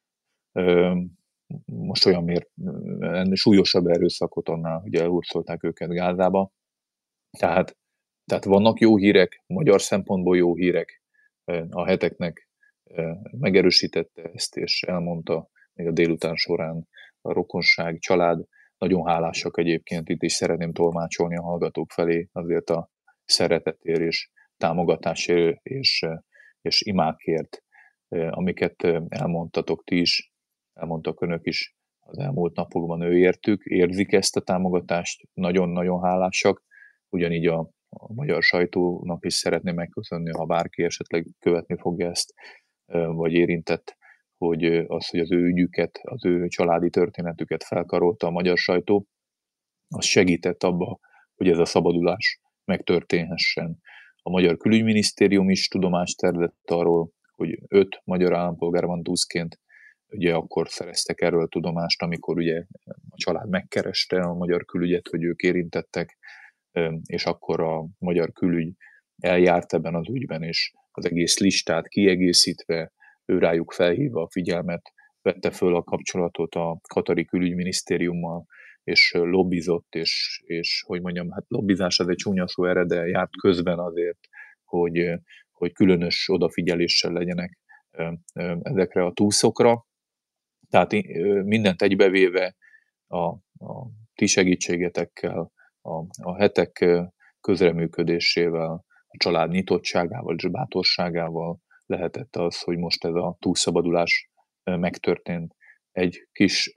most olyan súlyosabb erőszakot annál, hogy elhurcolták őket Gázába. Tehát vannak jó hírek, magyar szempontból jó hírek. A heteknek megerősítette ezt, és elmondta még a délután során a rokonság, család. Nagyon hálásak egyébként, itt is szeretném tolmácsolni a hallgatók felé azért a szeretetért és támogatásért és imákért, amiket elmondtatok ti is, elmondtak önök is az elmúlt napokban őértük, érzik ezt a támogatást, nagyon-nagyon hálásak, ugyanígy a magyar sajtónak is szeretném megköszönni, ha bárki esetleg követni fogja ezt, vagy érintett, hogy az ő ügyüket, az ő családi történetüket felkarolta a magyar sajtó, az segített abba, hogy ez a szabadulás megtörténhessen. A Magyar Külügyminisztérium is tudomást szerzett arról, hogy 5 magyar állampolgár van túszként, ugye akkor szereztek erről tudomást, amikor ugye a család megkereste a magyar külügyet, hogy ők érintettek, és akkor a magyar külügy eljárt ebben az ügyben, és az egész listát kiegészítve, ő rájuk felhívva a figyelmet, vette föl a kapcsolatot a katari külügyminisztériummal, és lobbizott, és hogy mondjam, hát lobbizás az egy csúnya szó erre, de járt közben azért, hogy különös odafigyeléssel legyenek ezekre a túszokra. Tehát mindent egybevéve a ti segítségetekkel, a hetek közreműködésével, a család nyitottságával és bátorságával lehetett az, hogy most ez a túlszabadulás megtörtént. Egy kis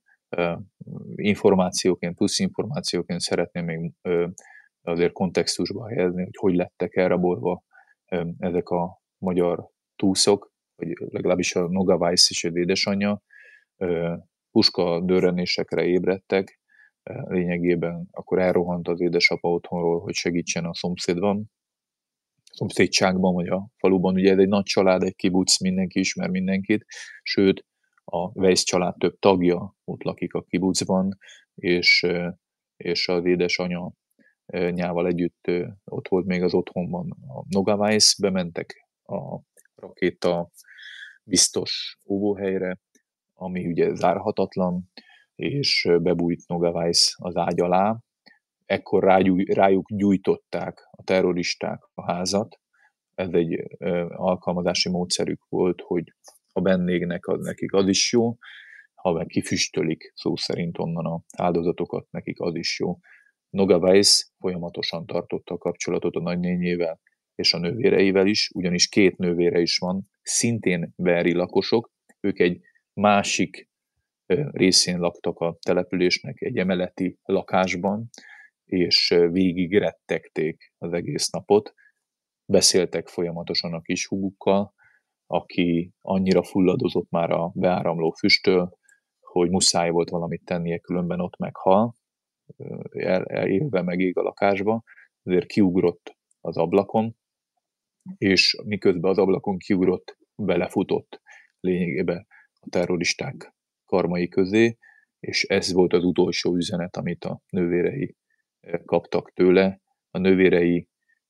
információként, plusz információként szeretném még azért kontextusba helyezni, hogy lettek elrabolva ezek a magyar túszok, vagy legalábbis a Noga Weiss és az édesanyja. puska dörrenésekre ébredtek, lényegében akkor elrohant az édesapa otthonról, hogy segítsen a szomszédságban, vagy a faluban. Ugye ez egy nagy család, egy kibuc, mindenki ismer mindenkit, sőt, a Weiss család több tagja ott lakik a kibucban, és az édesanya nyával együtt ott volt még az otthonban a Noga Weiss, bementek a rakéta biztos óvóhelyre, ami ugye zárhatatlan, és bebújt Noga Weiss az ágy alá. Ekkor rájuk gyújtották a terroristák a házat. Ez egy alkalmazási módszerük volt, hogy ha bennégnek, az nekik az is jó, ha meg kifüstölik szó szerint onnan az áldozatokat, nekik az is jó. Noga Weiss folyamatosan tartotta a kapcsolatot a nagynényével és a nővéreivel is, ugyanis 2 nővére is van, szintén beeri lakosok, ők egy másik részén laktak a településnek, egy emeleti lakásban, és végig rettegték az egész napot. Beszéltek folyamatosan a kishúgukkal, aki annyira fulladozott már a beáramló füsttől, hogy muszáj volt valamit tennie, különben ott meghal, élve megég a lakásba, ezért kiugrott az ablakon, és miközben az ablakon kiugrott, belefutott lényegében a terroristák karmai közé, és ez volt az utolsó üzenet, amit a nővérei kaptak tőle. A nővérei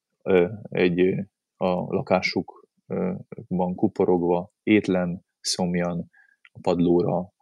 a lakásukban kuporogva, étlen, szomjan, a padlóra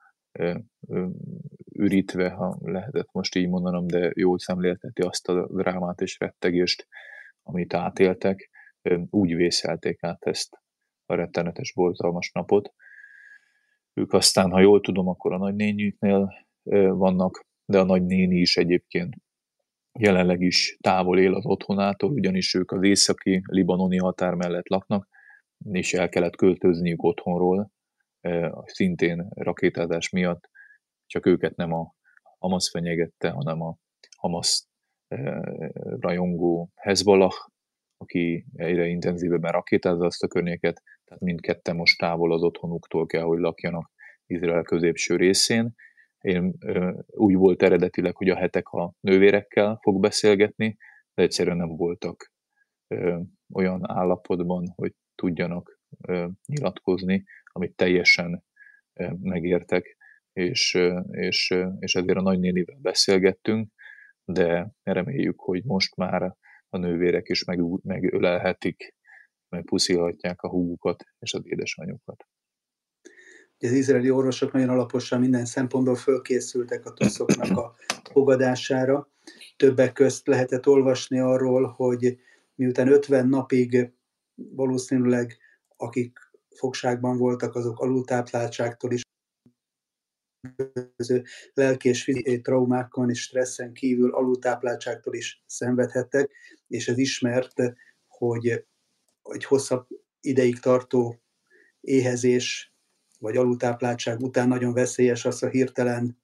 ürítve, ha lehetett most így mondanom, de jól szemlélteti azt a drámát és rettegést, amit átéltek, úgy vészelték át ezt a rettenetes, borzalmas napot. Ők aztán, ha jól tudom, akkor a nagynényüknél vannak, de a nagynéni is egyébként jelenleg is távol él az otthonától, ugyanis ők az északi libanoni határ mellett laknak, és el kellett költözniük otthonról, szintén rakétázás miatt, csak őket nem a Hamas fenyegette, hanem a Hamas rajongó Hezbollah, aki egyre intenzívebben rakétázza azt a környéket, tehát mindketten most távol az otthonuktól kell, hogy lakjanak Izrael középső részén. Én úgy volt eredetileg, hogy a hetek a nővérekkel fog beszélgetni, de egyszerűen nem voltak olyan állapotban, hogy tudjanak nyilatkozni, amit teljesen megértek, és ezért a nagynénivel beszélgettünk, de reméljük, hogy most már a nővérek is megölelhetik, megpuszilhatják a húgukat és az édesanyjukat. Az izraeli orvosok nagyon alaposan minden szempontból fölkészültek a tuszoknak a fogadására. Többek közt lehetett olvasni arról, hogy miután 50 napig valószínűleg akik fogságban voltak, azok alultápláltságtól is, lelki és fizikai traumákon és stresszen kívül alultápláltságtól is szenvedhettek, és ez ismert, hogy egy hosszabb ideig tartó éhezés vagy alultápláltság után nagyon veszélyes az, a hirtelen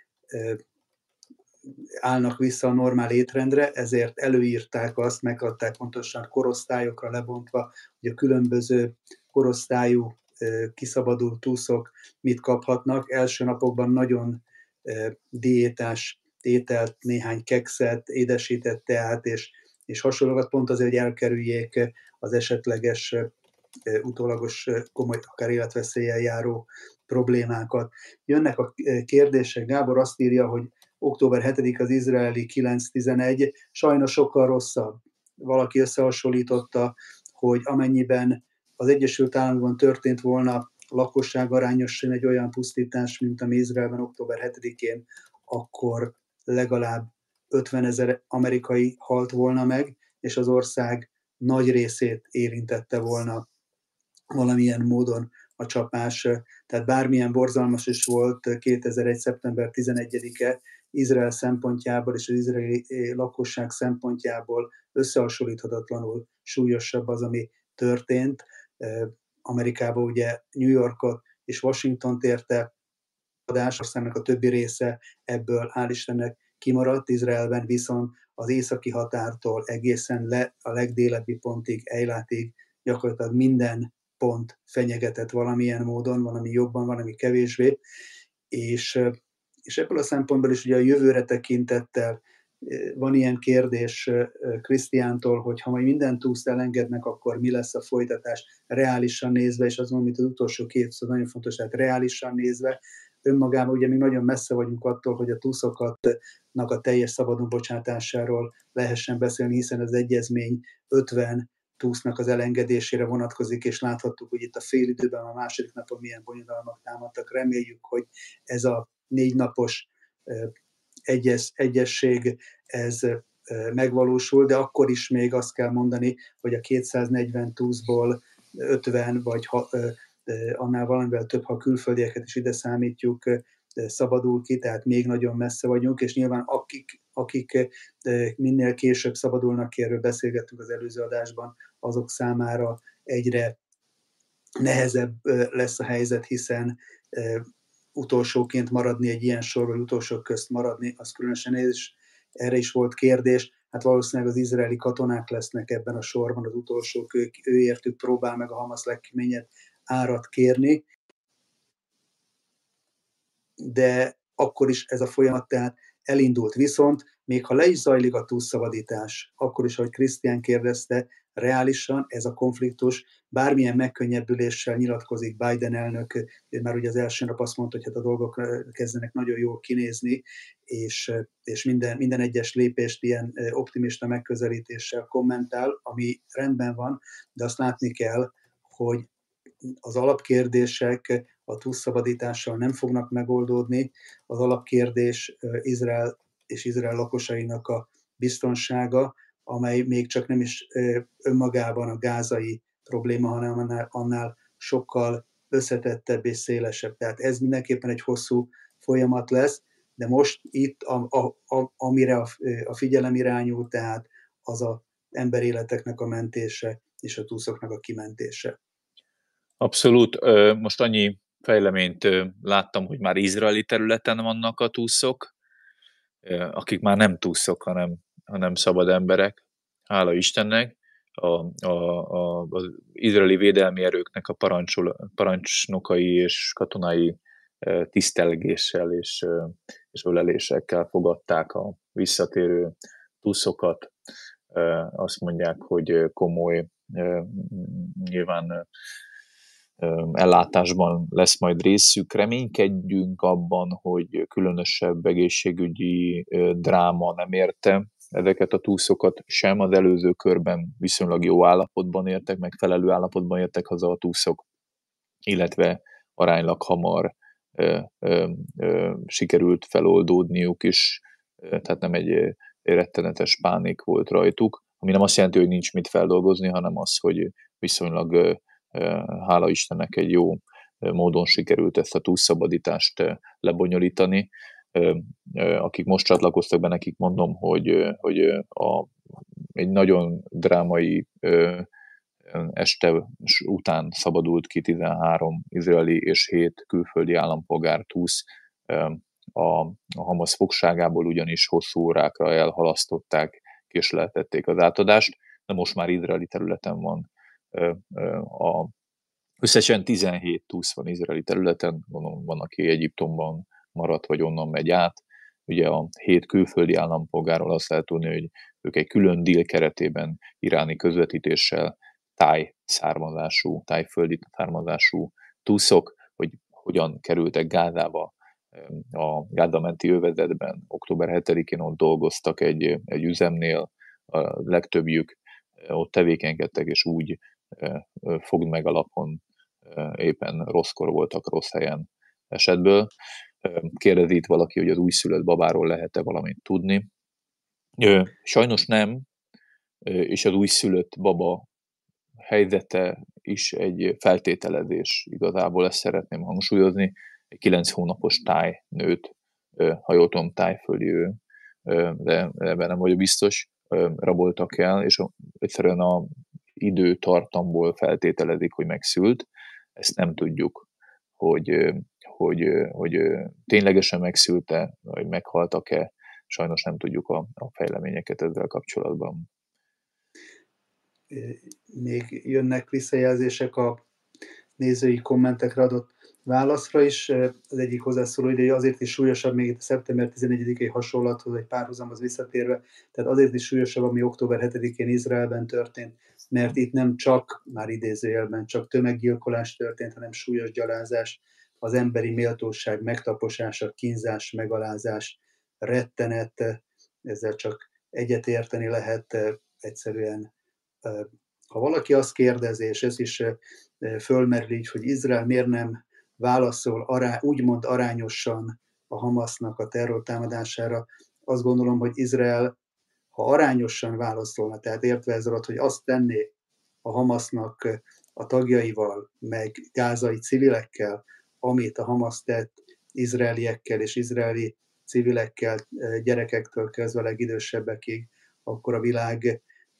állnak vissza a normál étrendre, ezért előírták azt, megadták pontosan korosztályokra lebontva, hogy a különböző korosztályú kiszabadult túszok mit kaphatnak. Első napokban nagyon diétás ételt, néhány kekszet, édesített teát és hasonlókat, pont azért, hogy elkerüljék az esetleges utólagos komoly, akár életveszéllyel járó problémákat. Jönnek a kérdések, Gábor azt írja, hogy október 7 az izraeli 9-11, sajnos sokkal rosszabb. Valaki összehasonlította, hogy amennyiben az Egyesült Államokban történt volna lakosság arányosan egy olyan pusztítás, mint ami Izraelben október 7-én, akkor legalább 50 000 amerikai halt volna meg, és az ország nagy részét érintette volna valamilyen módon a csapás. Tehát bármilyen borzalmas is volt 2001. szeptember 11-e, Izrael szempontjából és az izraeli lakosság szempontjából összehasonlíthatatlanul súlyosabb az, ami történt. Amerikában ugye New Yorkot és Washingtont érte adás, aztán a többi része ebből hál' Istennek kimaradt. Izraelben viszont az északi határtól egészen le a legdélebbi pontig, Eilátig gyakorlatilag minden pont fenyegetett valamilyen módon, valami jobban, valami kevésbé, és ebből a szempontból is ugye a jövőre tekintettel van ilyen kérdés Krisztiántól, hogy ha majd minden túszt elengednek, akkor mi lesz a folytatás reálisan nézve, és azon, amit az utolsó két szó nagyon fontos, tehát reálisan nézve, önmagában ugye mi nagyon messze vagyunk attól, hogy a túszoknak a teljes szabadon bocsátásáról lehessen beszélni, hiszen az egyezmény 50 túsznak az elengedésére vonatkozik, és láthattuk, hogy itt a félidőben, a második napon milyen bonyodalmak támadtak. Reméljük, hogy ez a 4 napos egyesség ez megvalósul, de akkor is még azt kell mondani, hogy a 240 túszból 50 vagy annál valamivel több, ha külföldieket is ide számítjuk, szabadul ki, tehát még nagyon messze vagyunk, és nyilván akik minél később szabadulnak ki, erről beszélgettünk az előző adásban, azok számára egyre nehezebb lesz a helyzet, hiszen utolsóként maradni egy ilyen sorban, utolsók közt maradni, az különösen és erre is volt kérdés. Hát valószínűleg az izraeli katonák lesznek ebben a sorban az utolsók, őértük próbál meg a Hamasz legkeményebb árat kérni, de akkor is ez a folyamat tehát elindult. Viszont még ha le is zajlik a túlszabadítás, akkor is, ahogy Krisztián kérdezte, reálisan ez a konfliktus bármilyen megkönnyebbüléssel nyilatkozik Biden elnök, ő már ugye az első nap azt mondta, hogy hát a dolgok kezdenek nagyon jól kinézni, és minden egyes lépést ilyen optimista megközelítéssel kommentál, ami rendben van, de azt látni kell, hogy az alapkérdések a túlszabadítással nem fognak megoldódni. Az alapkérdés Izrael és Izrael lakosainak a biztonsága, amely még csak nem is önmagában a gázai probléma, hanem annál sokkal összetettebb és szélesebb. Tehát ez mindenképpen egy hosszú folyamat lesz, de most itt, amire a figyelem irányul, tehát az az emberéleteknek a mentése és a túszoknak a kimentése. Abszolút. Most annyi fejleményt láttam, hogy már izraeli területen vannak a túszok, akik már nem túszok, hanem szabad emberek. Hála Istennek. Az izraeli védelmi erőknek a parancsnokai és katonai tisztelgéssel és ölelésekkel fogadták a visszatérő túszokat. Azt mondják, hogy komoly nyilván ellátásban lesz majd részük. Reménykedjünk abban, hogy különösebb egészségügyi dráma nem érte ezeket a túszokat sem. Az előző körben viszonylag jó állapotban értek, megfelelő állapotban értek haza a túszok, illetve aránylag hamar sikerült feloldódniuk is, tehát nem egy rettenetes pánik volt rajtuk, ami nem azt jelenti, hogy nincs mit feldolgozni, hanem az, hogy viszonylag hála Istennek egy jó módon sikerült ezt a túlszabadítást lebonyolítani. Akik most csatlakoztak be, nekik mondom, hogy egy nagyon drámai este után szabadult ki 13 izraeli és 7 külföldi állampolgár túsz a Hamasz fogságából, ugyanis hosszú órákra elhalasztották, késleltették az átadást, de most már izraeli területen van. Összesen 17 túsz van izraeli területen, van, aki Egyiptomban maradt, vagy onnan megy át. Ugye a 7 külföldi állampolgárról azt lehet tudni, hogy ők egy külön deal keretében iráni közvetítéssel tájföldi származású túszok, hogy hogyan kerültek Gázába, a Gáza menti övezetben. Október 7-én ott dolgoztak egy üzemnél, a legtöbbjük ott tevékenykedtek, és úgy fogd meg alapon éppen rosszkor voltak, rossz helyen esetből. Kérdezi itt valaki, hogy az újszülött babáról lehet-e valamit tudni. Sajnos nem, és az újszülött baba helyzete is egy feltételezés. Igazából ezt szeretném hangsúlyozni. Egy 9 hónapos tájnőt, ha jól tudom, tájföldi ő, de ebben nem vagyok biztos, raboltak el, és egyszerűen a időtartamból feltételezik, hogy megszült. Ezt nem tudjuk, hogy ténylegesen megszülte, vagy meghaltak-e. Sajnos nem tudjuk a fejleményeket ezzel kapcsolatban. Még jönnek visszajelzések a nézői kommentekre adott válaszra is. Az egyik hozzászóló ide, azért is súlyosabb, még itt a szeptember 11-i hasonlathoz, egy párhuzamhoz visszatérve, tehát azért is súlyosabb, ami október 7-én Izraelben történt, mert itt nem csak, már idézőjelben, csak tömeggyilkolás történt, hanem súlyos gyalázás, az emberi méltóság megtaposása, kínzás, megalázás, rettenet, ezzel csak egyetérteni lehet egyszerűen. Ha valaki azt kérdezi, és ez is fölmerül így, hogy Izrael miért nem válaszol úgymond arányosan a Hamasznak a terrortámadására, azt gondolom, hogy Izrael, ha arányosan válaszolna, tehát értve ez alatt, hogy azt tenné a Hamasznak a tagjaival, meg gázai civilekkel, amit a Hamasz tett izraeliekkel és izraeli civilekkel, gyerekektől kezdve legidősebbekig, akkor a világ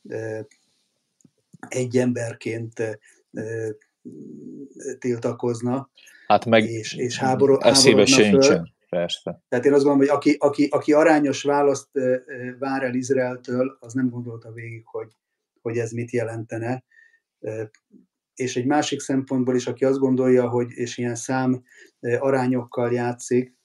egy emberként tiltakozna, Hát meg és eszébe háborodna föl. sincsen, persze. Tehát én azt gondolom, hogy aki arányos választ vár el Izraeltől, az nem gondolta végig, hogy ez mit jelentene. És egy másik szempontból is, aki azt gondolja, hogy, és ilyen szám arányokkal játszik,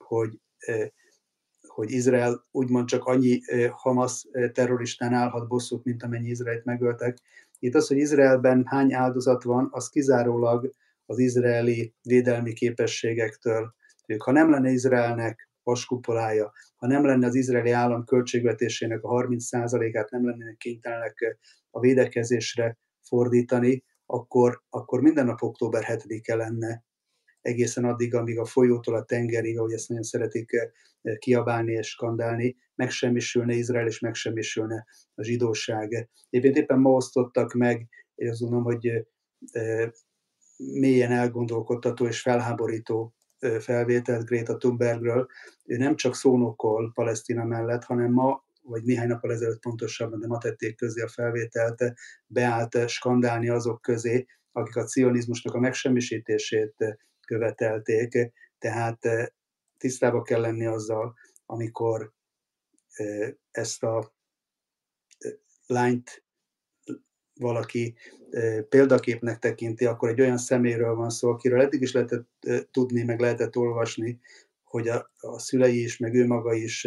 hogy Izrael úgymond csak annyi Hamasz terroristán állhat bosszút, mint amennyi Izraelt megöltek. Itt az, hogy Izraelben hány áldozat van, az kizárólag az izraeli védelmi képességektől. Ha nem lenne Izraelnek vaskupolája, ha nem lenne az izraeli állam költségvetésének a 30%-át, nem lennének kénytelenek a védekezésre fordítani, akkor minden nap október 7-e lenne, egészen addig, amíg a folyótól a tengerig, ahogy ezt nagyon szeretik kiabálni és skandálni, megsemmisülne Izrael, és megsemmisülne a zsidóság. Éppen ma osztottak meg, és azt gondolom, hogy mélyen elgondolkodtató és felháborító felvételt Greta Thunbergről. Ő nem csak szónokol Palesztina mellett, hanem ma, vagy néhány nappal ezelőtt pontosabban, de ma tették közé a felvételt, beállt skandálni azok közé, akik a cionizmusnak a megsemmisítését követelték, tehát tisztába kell lenni azzal, amikor ezt a lányt valaki példaképnek tekinti, akkor egy olyan személyről van szó, akiről eddig is lehetett tudni, meg lehetett olvasni, hogy a szülei is, meg ő maga is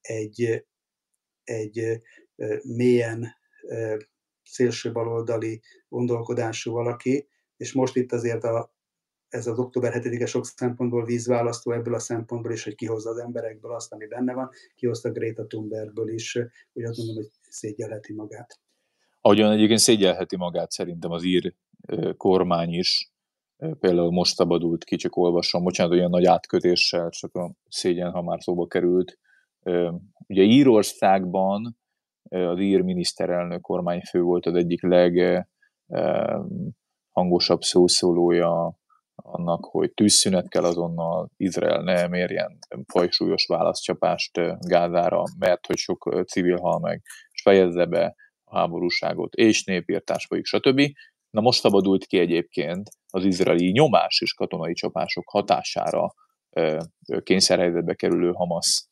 egy mélyen szélső baloldali gondolkodású valaki, és most itt azért ez az október 7-e sok szempontból vízválasztó, ebből a szempontból is, hogy kihozza az emberekből azt, ami benne van, kihozta Greta Thunbergből is, hogy azt mondom, hogy szégyellheti magát. Ahogyan egyébként szégyellheti magát szerintem az ír kormány is, például most szabadult ki, csak olvasom, bocsánat, olyan nagy átkötéssel, csak a szégyen, ha már szóba került. Ugye Írországban az ír miniszterelnök kormányfő volt az egyik leghangosabb szószólója annak, hogy tűzszünet kell azonnal, Izrael ne mérjen fajsúlyos válaszcsapást Gázára, mert hogy sok civil hal meg, és fejezze be a háborúságot, és népírtás folyik, stb. Na most szabadult ki egyébként az izraeli nyomás és katonai csapások hatására kényszerhelyzetbe kerülő Hamasz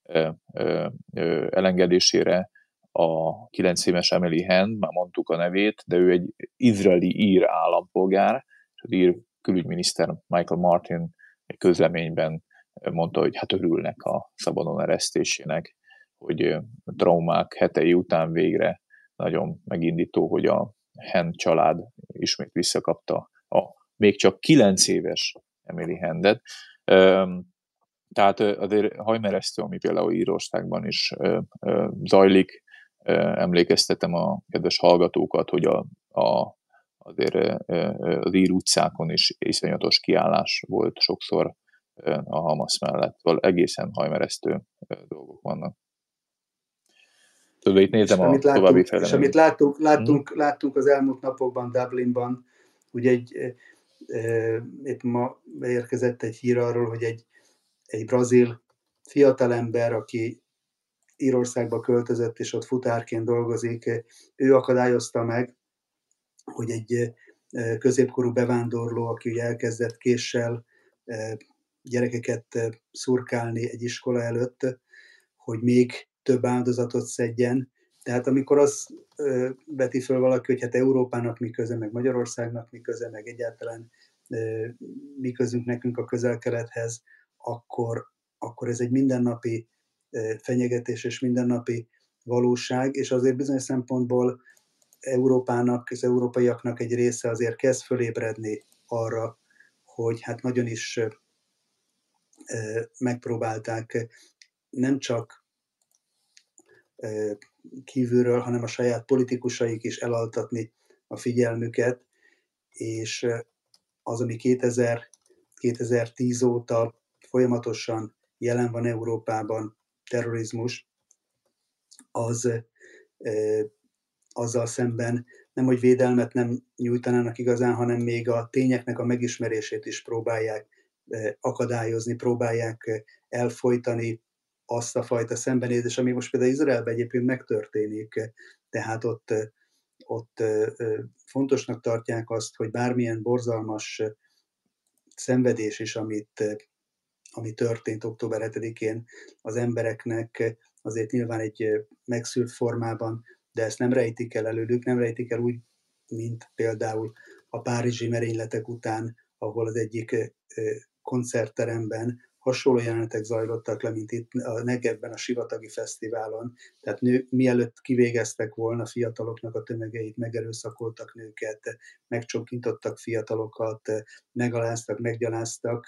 elengedésére a 9 éves Emily Hand, már mondtuk a nevét, de ő egy izraeli ír állampolgár, és az ír külügyminiszter Michael Martin egy közleményben mondta, hogy hát örülnek a szabadon eresztésének, hogy traumák hetei után végre nagyon megindító, hogy a Hand család ismét visszakapta a még csak 9 éves Emily Handet. Tehát azért hajmeresztő, ami például Írországban is zajlik. Emlékeztetem a kedves hallgatókat, hogy azért az ír utcákon is iszonyatos kiállás volt sokszor a Hamasz mellett. Egészen hajmeresztő dolgok vannak. Tudod, itt nézem a további fejleményeket. És amit láttunk az elmúlt napokban Dublinban, ugye épp ma beérkezett egy hír arról, hogy egy brazil fiatalember, aki Írországba költözött, és ott futárként dolgozik, ő akadályozta meg, hogy egy középkorú bevándorló, aki ugye elkezdett késsel gyerekeket szurkálni egy iskola előtt, hogy még több áldozatot szedjen. Tehát amikor azt veti föl valaki, hogy hát Európának mi köze, meg Magyarországnak mi köze, meg egyáltalán mi közünk nekünk a Közel-Kelethez, akkor ez egy mindennapi fenyegetés és mindennapi valóság, és azért bizonyos szempontból Európának, az európaiaknak egy része azért kezd fölébredni arra, hogy hát nagyon is megpróbálták nem csak kívülről, hanem a saját politikusaik is elaltatni a figyelmüket, és az, ami 2010 óta folyamatosan jelen van Európában, terrorizmus, az azzal szemben nem, hogy védelmet nem nyújtanának igazán, hanem még a tényeknek a megismerését is próbálják akadályozni, próbálják elfojtani azt a fajta szembenézést, ami most például Izraelben egyébként megtörténik. Tehát ott fontosnak tartják azt, hogy bármilyen borzalmas szenvedés is, ami történt október 7-én az embereknek, azért nyilván egy megszült formában, de ezt nem rejtik el előlük, nem rejtik el úgy, mint például a párizsi merényletek után, ahol az egyik koncertteremben hasonló jelenetek zajlottak le, mint itt a Negevben, a Sivatagi Fesztiválon. Tehát mielőtt kivégeztek volna fiataloknak a tömegeit, megerőszakoltak nőket, megcsonkintottak fiatalokat, megaláztak, meggyaláztak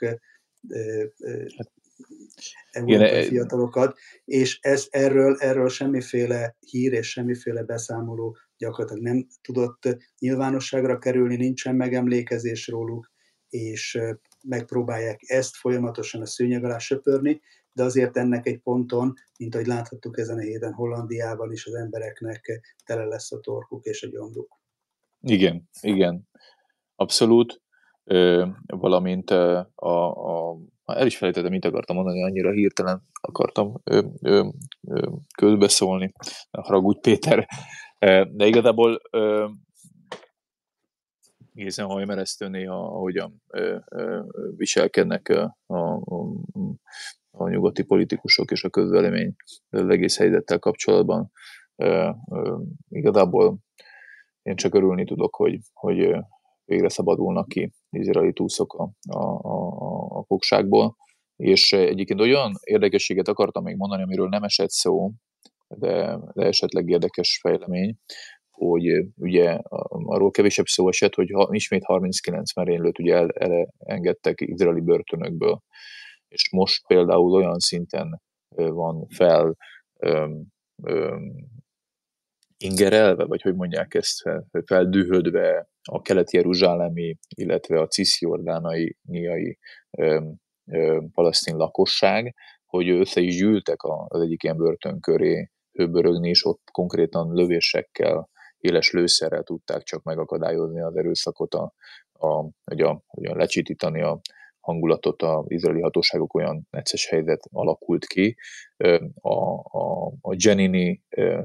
európai fiatalokat, és erről semmiféle hír és semmiféle beszámoló gyakorlatilag nem tudott nyilvánosságra kerülni, nincsen megemlékezés róluk, és megpróbálják ezt folyamatosan a szőnyeg alá söpörni, de azért ennek egy ponton, mint ahogy láthattuk ezen a héten Hollandiában is, az embereknek tele lesz a torkuk és a gyomruk. Igen, abszolút. Valamint el is felejtettem, mit akartam mondani, annyira hirtelen akartam közbeszólni. Haragudj, Péter. De igazából egészen hajmeresztő néha, ahogyan viselkednek a nyugati politikusok és a közvélemény az egész helyzettel kapcsolatban. Igazából én csak örülni tudok, hogy végre szabadulnak ki izraeli túszok a fogságból. És egyébként olyan érdekességet akartam még mondani, amiről nem esett szó, de esetleg érdekes fejlemény, hogy ugye arról kevésebb szó esett, hogy ismét 39 merénylőt ugye elengedtek izraeli börtönökből. És most például olyan szinten van ingerelve, vagy hogy mondják ezt, feldühödve a kelet-jeruzsálemi, illetve a cisziordániai palasztin lakosság, hogy össze is gyűltek az egyik ilyen börtön köré hőbörögni, és ott konkrétan lövésekkel, éles lőszerrel tudták csak megakadályozni az erőszakot, hogy lecsitítani a hangulatot. Az izraeli hatóságok olyan necces helyzet alakult ki. A Jenini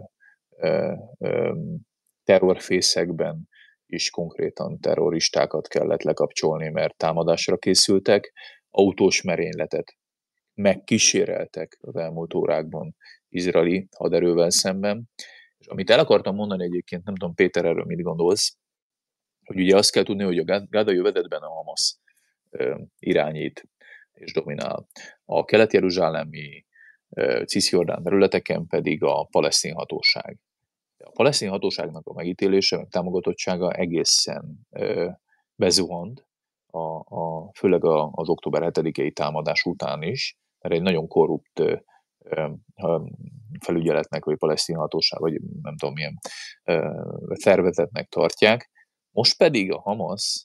terrorfészekben is konkrétan terroristákat kellett lekapcsolni, mert támadásra készültek. Autós merényletet megkíséreltek az elmúlt órákban izraeli haderővel szemben. És amit el akartam mondani egyébként, nem tudom, Péter, erről mit gondolsz, hogy ugye azt kell tudni, hogy a gázai övezetben a Hamas irányít és dominál. A kelet-jeruzsálemi cisziordán területeken pedig a palesztin hatóság. A palesztin hatóságnak a megítélése, meg támogatottsága egészen bezuhant, főleg az október 7-i támadás után is, mert egy nagyon korrupt felügyeletnek, vagy palesztin hatóság, vagy nem tudom milyen szervezetnek tartják. Most pedig a Hamas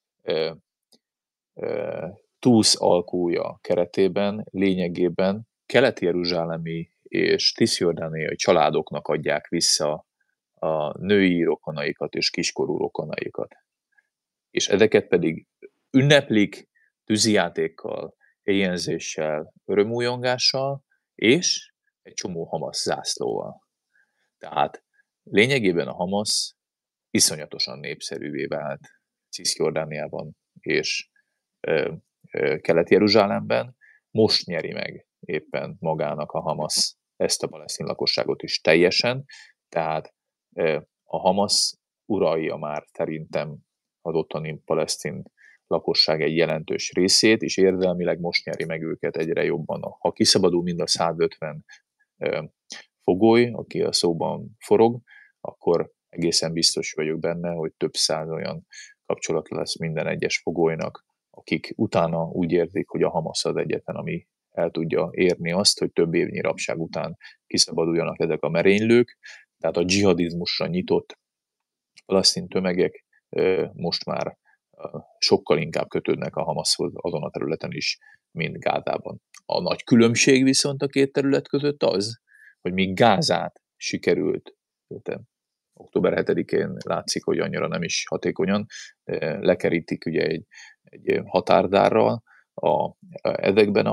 túsz alkúja keretében lényegében kelet-jeruzsálemi és cisziordániai családoknak adják vissza a női rokonaikat és kiskorú rokonaikat. És ezeket pedig ünneplik tűzijátékkal, éjjelzéssel, örömújongással, és egy csomó Hamas zászlóval. Tehát lényegében a Hamas iszonyatosan népszerűvé vált Cisjordániában és Kelet-Jeruzsálemben. Most nyeri meg éppen magának a Hamas ezt a palesztin lakosságot is teljesen, tehát a Hamas uralja már szerintem az ottani palesztin lakosság egy jelentős részét, és érzelmileg most nyeri meg őket egyre jobban. Ha kiszabadul mind a 150 fogoly, aki a szóban forog, akkor egészen biztos vagyok benne, hogy több száz olyan kapcsolat lesz minden egyes fogolynak, akik utána úgy érzik, hogy a Hamasz az egyetlen, ami el tudja érni azt, hogy több évnyi rabság után kiszabaduljanak ezek a merénylők. Tehát a dzsihadizmusra nyitott palasztin tömegek most már sokkal inkább kötődnek a Hamaszhoz azon a területen is, mint Gázában. A nagy különbség viszont a két terület között az, hogy míg Gázát sikerült, október 7-én látszik, hogy annyira nem is hatékonyan, lekerítik ugye egy határdárral, ezeken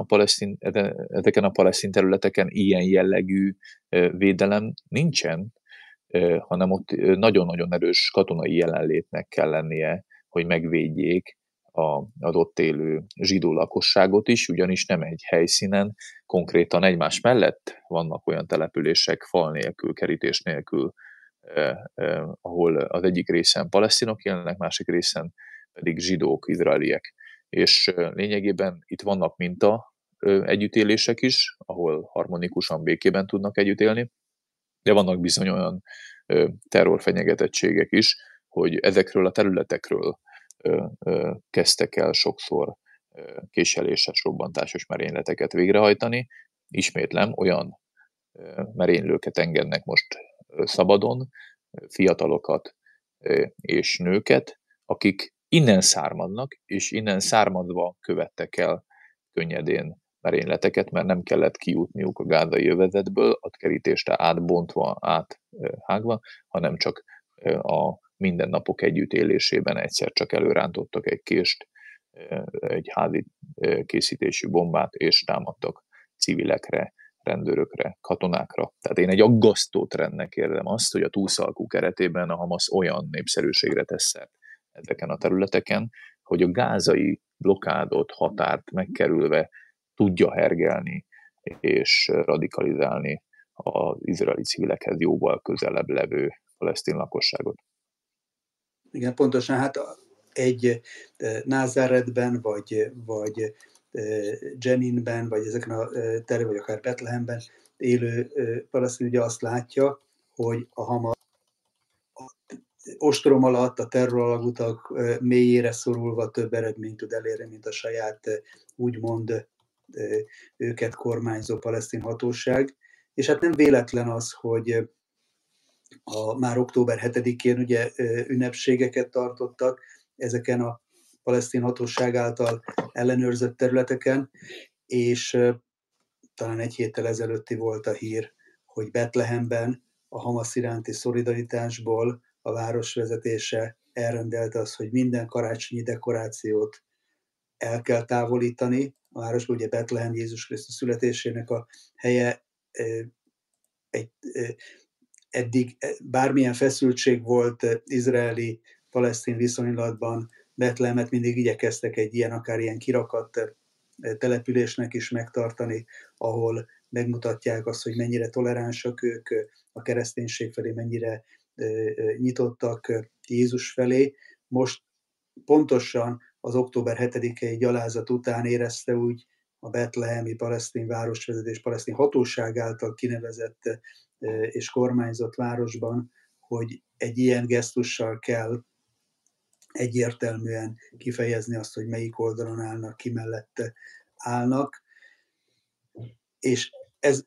a palesztin területeken ilyen jellegű védelem nincsen, hanem ott nagyon-nagyon erős katonai jelenlétnek kell lennie, hogy megvédjék az ott élő zsidó lakosságot is, ugyanis nem egy helyszínen, konkrétan egymás mellett vannak olyan települések fal nélkül, kerítés nélkül, ahol az egyik részen palesztinok élnek, másik részen pedig zsidók, izraeliek. És lényegében itt vannak minta együttélések is, ahol harmonikusan, békében tudnak együtt élni, de vannak bizony olyan terrorfenyegetettségek is, hogy ezekről a területekről kezdtek el sokszor késeléses, robbantásos merényleteket végrehajtani. Ismétlem, olyan merénylőket engednek most szabadon, fiatalokat és nőket, akik innen származnak, és innen származva követtek el könnyedén merényleteket, mert nem kellett kijutniuk a gázai övezetből, a kerítést átbontva, áthágva, hanem csak a mindennapok együttélésében egyszer csak előrántottak egy kést, egy házi készítésű bombát, és támadtak civilekre, rendőrökre, katonákra. Tehát én egy aggasztó trendnek érzem azt, hogy a túlszalkú keretében a Hamasz olyan népszerűségre tesz szert ezeken a területeken, hogy a gázai blokádot, határt megkerülve tudja hergelni és radikalizálni az izraeli civilekhez jóval közelebb levő palesztin lakosságot. Igen, pontosan, hát egy Názáretben, vagy Jeninben, vagy ezeken a vagy akár Betlehemben élő palesztin ugye azt látja, hogy a Hamas ostrom alatt, a terroralagutak mélyére szorulva több eredményt tud elérni, mint a saját úgymond őket kormányzó palesztin hatóság. És hát nem véletlen az, hogy már október 7-én ugye ünnepségeket tartottak ezeken a palesztin hatóság által ellenőrzött területeken, és talán egy héttel ezelőtti volt a hír, hogy Betlehemben a Hamasz iránti szolidaritásból a város vezetése elrendelte azt, hogy minden karácsonyi dekorációt el kell távolítani. A városban ugye Betlehem Jézus Krisztus születésének a helye, eddig bármilyen feszültség volt izraeli-palesztin viszonylatban, Betlehemet mindig igyekeztek egy ilyen, akár ilyen kirakat településnek is megtartani, ahol megmutatják azt, hogy mennyire toleránsak ők a kereszténység felé, mennyire nyitottak Jézus felé. Most pontosan az október 7-i gyalázat után érezte úgy a betlehemi palesztin városvezetés, palesztin hatóság által kinevezett és kormányzott városban, hogy egy ilyen gesztussal kell egyértelműen kifejezni azt, hogy melyik oldalon állnak, ki mellette állnak. És ez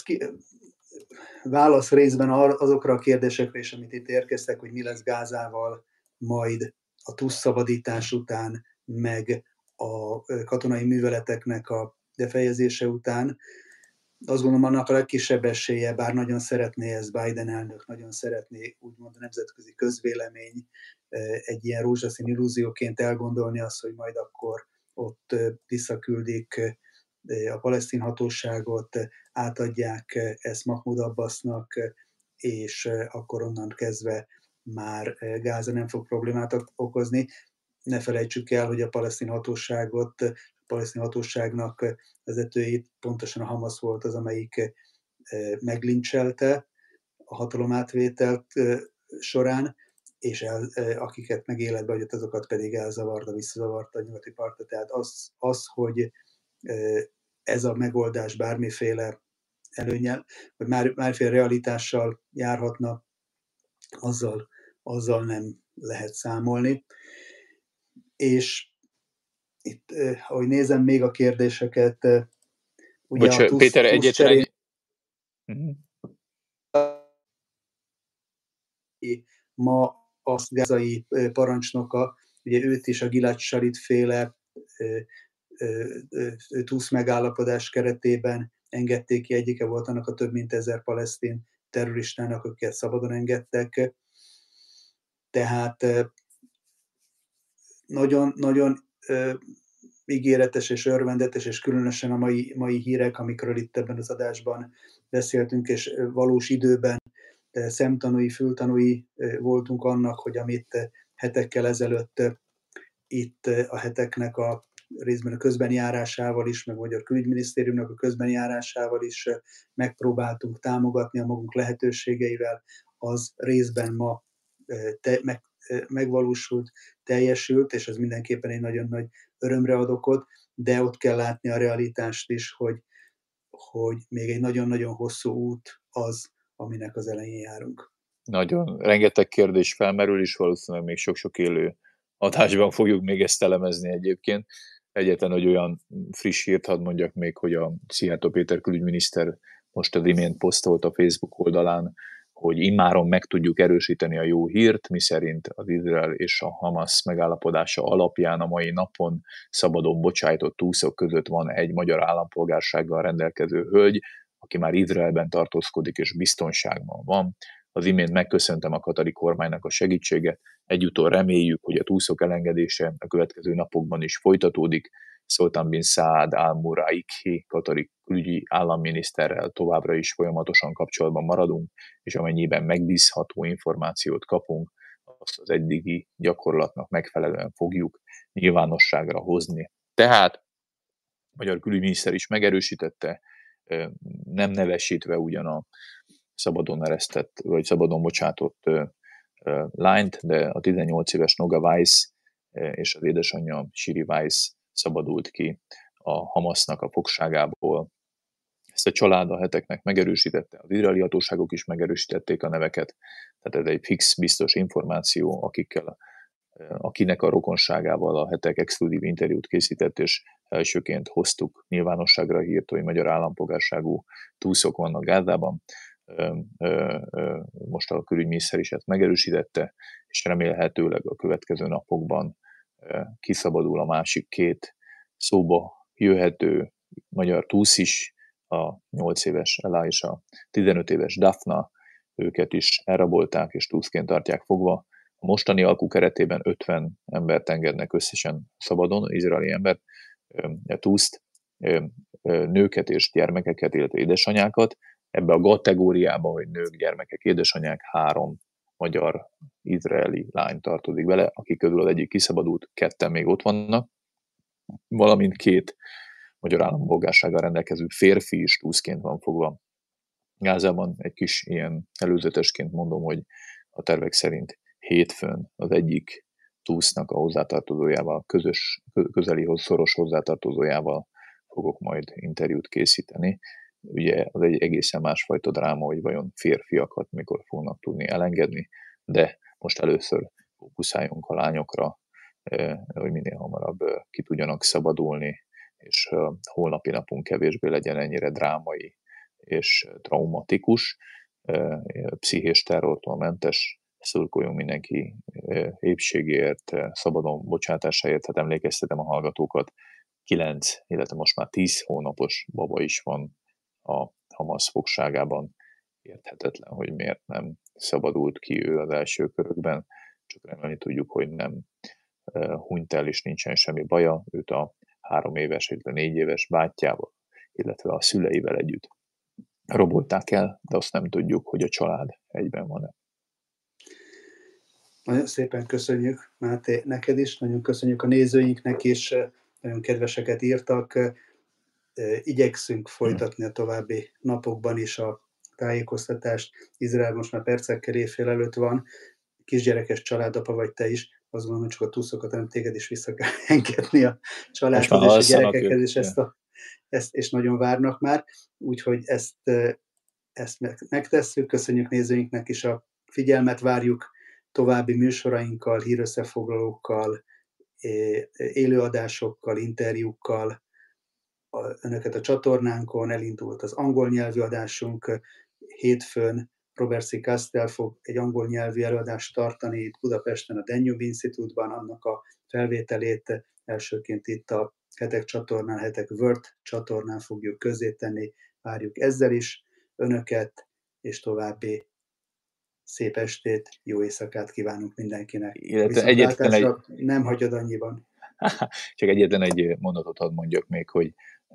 válasz részben azokra a kérdésekre is, amit itt érkeztek, hogy mi lesz Gázával majd a túlszabadítás után, meg a katonai műveleteknek a befejezése után. Azt gondolom, annak a legkisebb esélye, bár nagyon szeretné ez Biden elnök, nagyon szeretné úgymond a nemzetközi közvélemény egy ilyen rózsaszín illúzióként elgondolni azt, hogy majd akkor ott visszaküldik a palesztin hatóságot, átadják ezt Mahmoud Abbasnak, és akkor onnan kezdve már Gáza nem fog problémát okozni. Ne felejtsük el, hogy a palesztin hatóságnak vezetőjét pontosan a Hamasz volt az, amelyik meglincselte a hatalomátvételt során, és akiket meg életbe hagyott, azokat pedig elzavarta, visszazavarta a nyugati partra. Tehát az, hogy ez a megoldás bármiféle előnnyel, vagy bármiféle realitással járhatna, azzal nem lehet számolni. És itt, ahogy nézem még a kérdéseket, ugye Bocs, a Péter, TUSZ cserén ma a gázai parancsnoka, ugye őt is a Gilad Shalit féle TUSZ megállapodás keretében engedték ki, egyike volt annak a több mint 1000 palesztin terroristának, akiket szabadon engedtek. Tehát nagyon, nagyon ígéretes és örvendetes, és különösen a mai hírek, amikről itt ebben az adásban beszéltünk, és valós időben szemtanúi, fültanúi voltunk annak, hogy amit hetekkel ezelőtt itt a heteknek a részben a közbeni járásával is, meg a Magyar Külügyminisztériumnak a közbeni járásával is megpróbáltunk támogatni a magunk lehetőségeivel, az részben ma megvalósult, teljesült, és ez mindenképpen egy nagyon nagy örömre ad okot, de ott kell látni a realitást is, hogy még egy nagyon-nagyon hosszú út az, aminek az elején járunk. Nagyon, rengeteg kérdés felmerül, és valószínűleg még sok-sok élő adásban fogjuk még ezt elemezni egyébként. Egyetlen, hogy olyan friss hírt hadd mondjak még, hogy a Szijjártó Péter külügyminiszter most az imént posztolt a Facebook oldalán, hogy immáron meg tudjuk erősíteni a jó hírt, miszerint az Izrael és a Hamas megállapodása alapján a mai napon szabadon bocsájtott túszok között van egy magyar állampolgársággal rendelkező hölgy, aki már Izraelben tartózkodik és biztonságban van. Az imént megköszöntem a katari kormánynak a segítséget, egyúttal reméljük, hogy a túszok elengedése a következő napokban is folytatódik. Szultán bin Saad al-Muraikhi katari külügyi államminiszterrel továbbra is folyamatosan kapcsolatban maradunk, és amennyiben megbízható információt kapunk, azt az eddigi gyakorlatnak megfelelően fogjuk nyilvánosságra hozni. Tehát a magyar külügyminiszter is megerősítette, nem nevesítve ugyan a szabadon eresztett, vagy szabadon bocsátott lányt, de a 18 éves Noga Weiss és az édesanyja Shiri Weiss szabadult ki a Hamasnak a fogságából. Ezt a család a heteknek megerősítette, az izraeli hatóságok is megerősítették a neveket, tehát ez egy fix, biztos információ, akinek a rokonságával a hetek exkluzív interjút készített, és elsőként hoztuk nyilvánosságra hírt, hogy magyar állampolgárságú túszok vannak Gázában. Most a külügyminiszter is ezt megerősítette, és remélhetőleg a következő napokban kiszabadul a másik két szóba jöhető magyar túsz is, a 8 éves Ela és a 15 éves Daphna, őket is elrabolták és túszként tartják fogva. A mostani alkú keretében 50 embert engednek összesen szabadon, izraeli embert, túszt, nőket és gyermekeket, illetve édesanyákat. Ebbe a kategóriába, hogy nők, gyermekek, édesanyák, 3 magyar-izraeli lány tartozik bele, akik közül az egyik kiszabadult, 2 még ott vannak, valamint 2 magyar állampolgársággal rendelkező férfi is túszként van fogva Gázában. Egy kis ilyen előzetesként mondom, hogy a tervek szerint hétfőn az egyik túsznak a hozzátartozójával, közeli, szoros hozzátartozójával fogok majd interjút készíteni. Ugye az egy egészen másfajta dráma, hogy vajon férfiakat mikor fognak tudni elengedni, de most először fókuszáljunk a lányokra, hogy minél hamarabb ki tudjanak szabadulni, és holnapi napunk kevésbé legyen ennyire drámai és traumatikus, pszichés terrortól mentes, szurkoljunk mindenki épségért, szabadon bocsátásáért. Hát emlékeztetem a hallgatókat, 9, illetve most már 10 hónapos baba is van a Hamas fogságában. Érthetetlen, hogy miért nem szabadult ki ő az első körökben, csak remélni tudjuk, hogy nem hunyt el, és nincsen semmi baja. Őt a 3 éves, illetve 4 éves bátyjával, illetve a szüleivel együtt rabolták el, de azt nem tudjuk, hogy a család egyben van-e. Nagyon szépen köszönjük, Máté, neked is, nagyon köszönjük a nézőinknek is, nagyon kedveseket írtak. Igyekszünk folytatni a további napokban is a tájékoztatást. Izrael most már percekkel éjfél előtt van, kisgyerekes családapa vagy te is, azt gondolom, hogy csak a túszokat, hanem téged is vissza kell engedni a családhoz és a gyerekekhez, és ezt és nagyon várnak már. Úgyhogy ezt megtesszük. Köszönjük nézőinknek is a figyelmet, várjuk további műsorainkkal, hírösszefoglalókkal, élőadásokkal, interjúkkal önöket a csatornánkon. Elindult az angol nyelvű adásunk. Hétfőn Robert C. Castell fog egy angol nyelvű előadást tartani itt Budapesten a Danube Institute-ban, annak a felvételét elsőként itt a Hetek csatornán, Hetek Word csatornán fogjuk közzétenni. Várjuk ezzel is önöket, és további szép estét, jó éjszakát kívánunk mindenkinek. Viszontlátásra nem hagyod annyiban. Csak egyetlen egy mondatot hadd mondjak még, hogy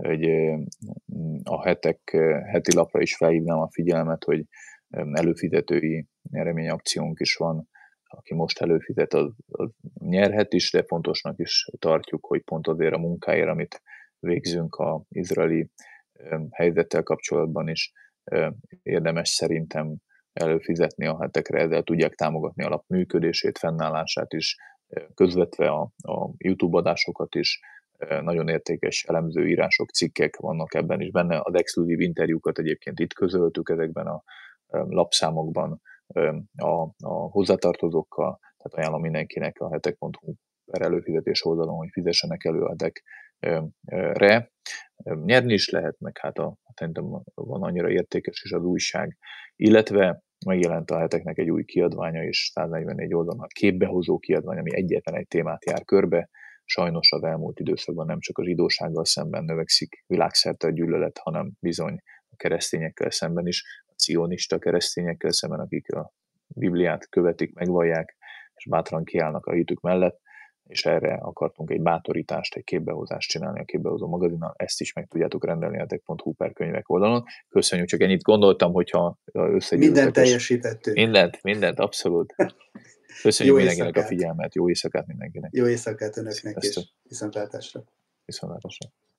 a heti lapra is felhívnám a figyelmet, hogy előfizetői nyereményakciónk is van. Aki most előfizet, az nyerhet is, de fontosnak is tartjuk, hogy pont azért a munkáért, amit végzünk az izraeli helyzettel kapcsolatban is, érdemes szerintem előfizetni a hetekre, ezzel tudják támogatni a lap működését, fennállását is, közvetve a YouTube adásokat is. Nagyon értékes elemző írások, cikkek vannak ebben is benne. Az exkluzív interjúkat egyébként itt közöltük ezekben a lapszámokban a hozzátartozókkal, tehát ajánlom mindenkinek a hetek.hu per előfizetés oldalon, hogy fizessenek elő a hetekre. Nyerni is lehet, meg hát szerintem van annyira értékes is az újság, illetve megjelent a heteknek egy új kiadványa is, 144 oldalon, képbehozó kiadvány, ami egyetlen egy témát jár körbe. Sajnos az elmúlt időszakban nem csak a zsidósággal szemben növekszik világszerte a gyűlölet, hanem bizony a keresztényekkel szemben is, a cionista keresztényekkel szemben, akik a Bibliát követik, megvallják, és bátran kiállnak a hitük mellett, és erre akartunk egy bátorítást, egy képbehozást csinálni a Képbehozó magazinnal. Ezt is meg tudjátok rendelni a hetek.hu per könyvek oldalon. Köszönjük, csak ennyit gondoltam, hogyha összegyűltek. Mindent teljesítettünk. Mindent, abszolút. Köszönjük mindenkinek a figyelmet, jó éjszakát mindenkinek. Jó éjszakát önöknek, és viszontlátásra. Viszontlátásra.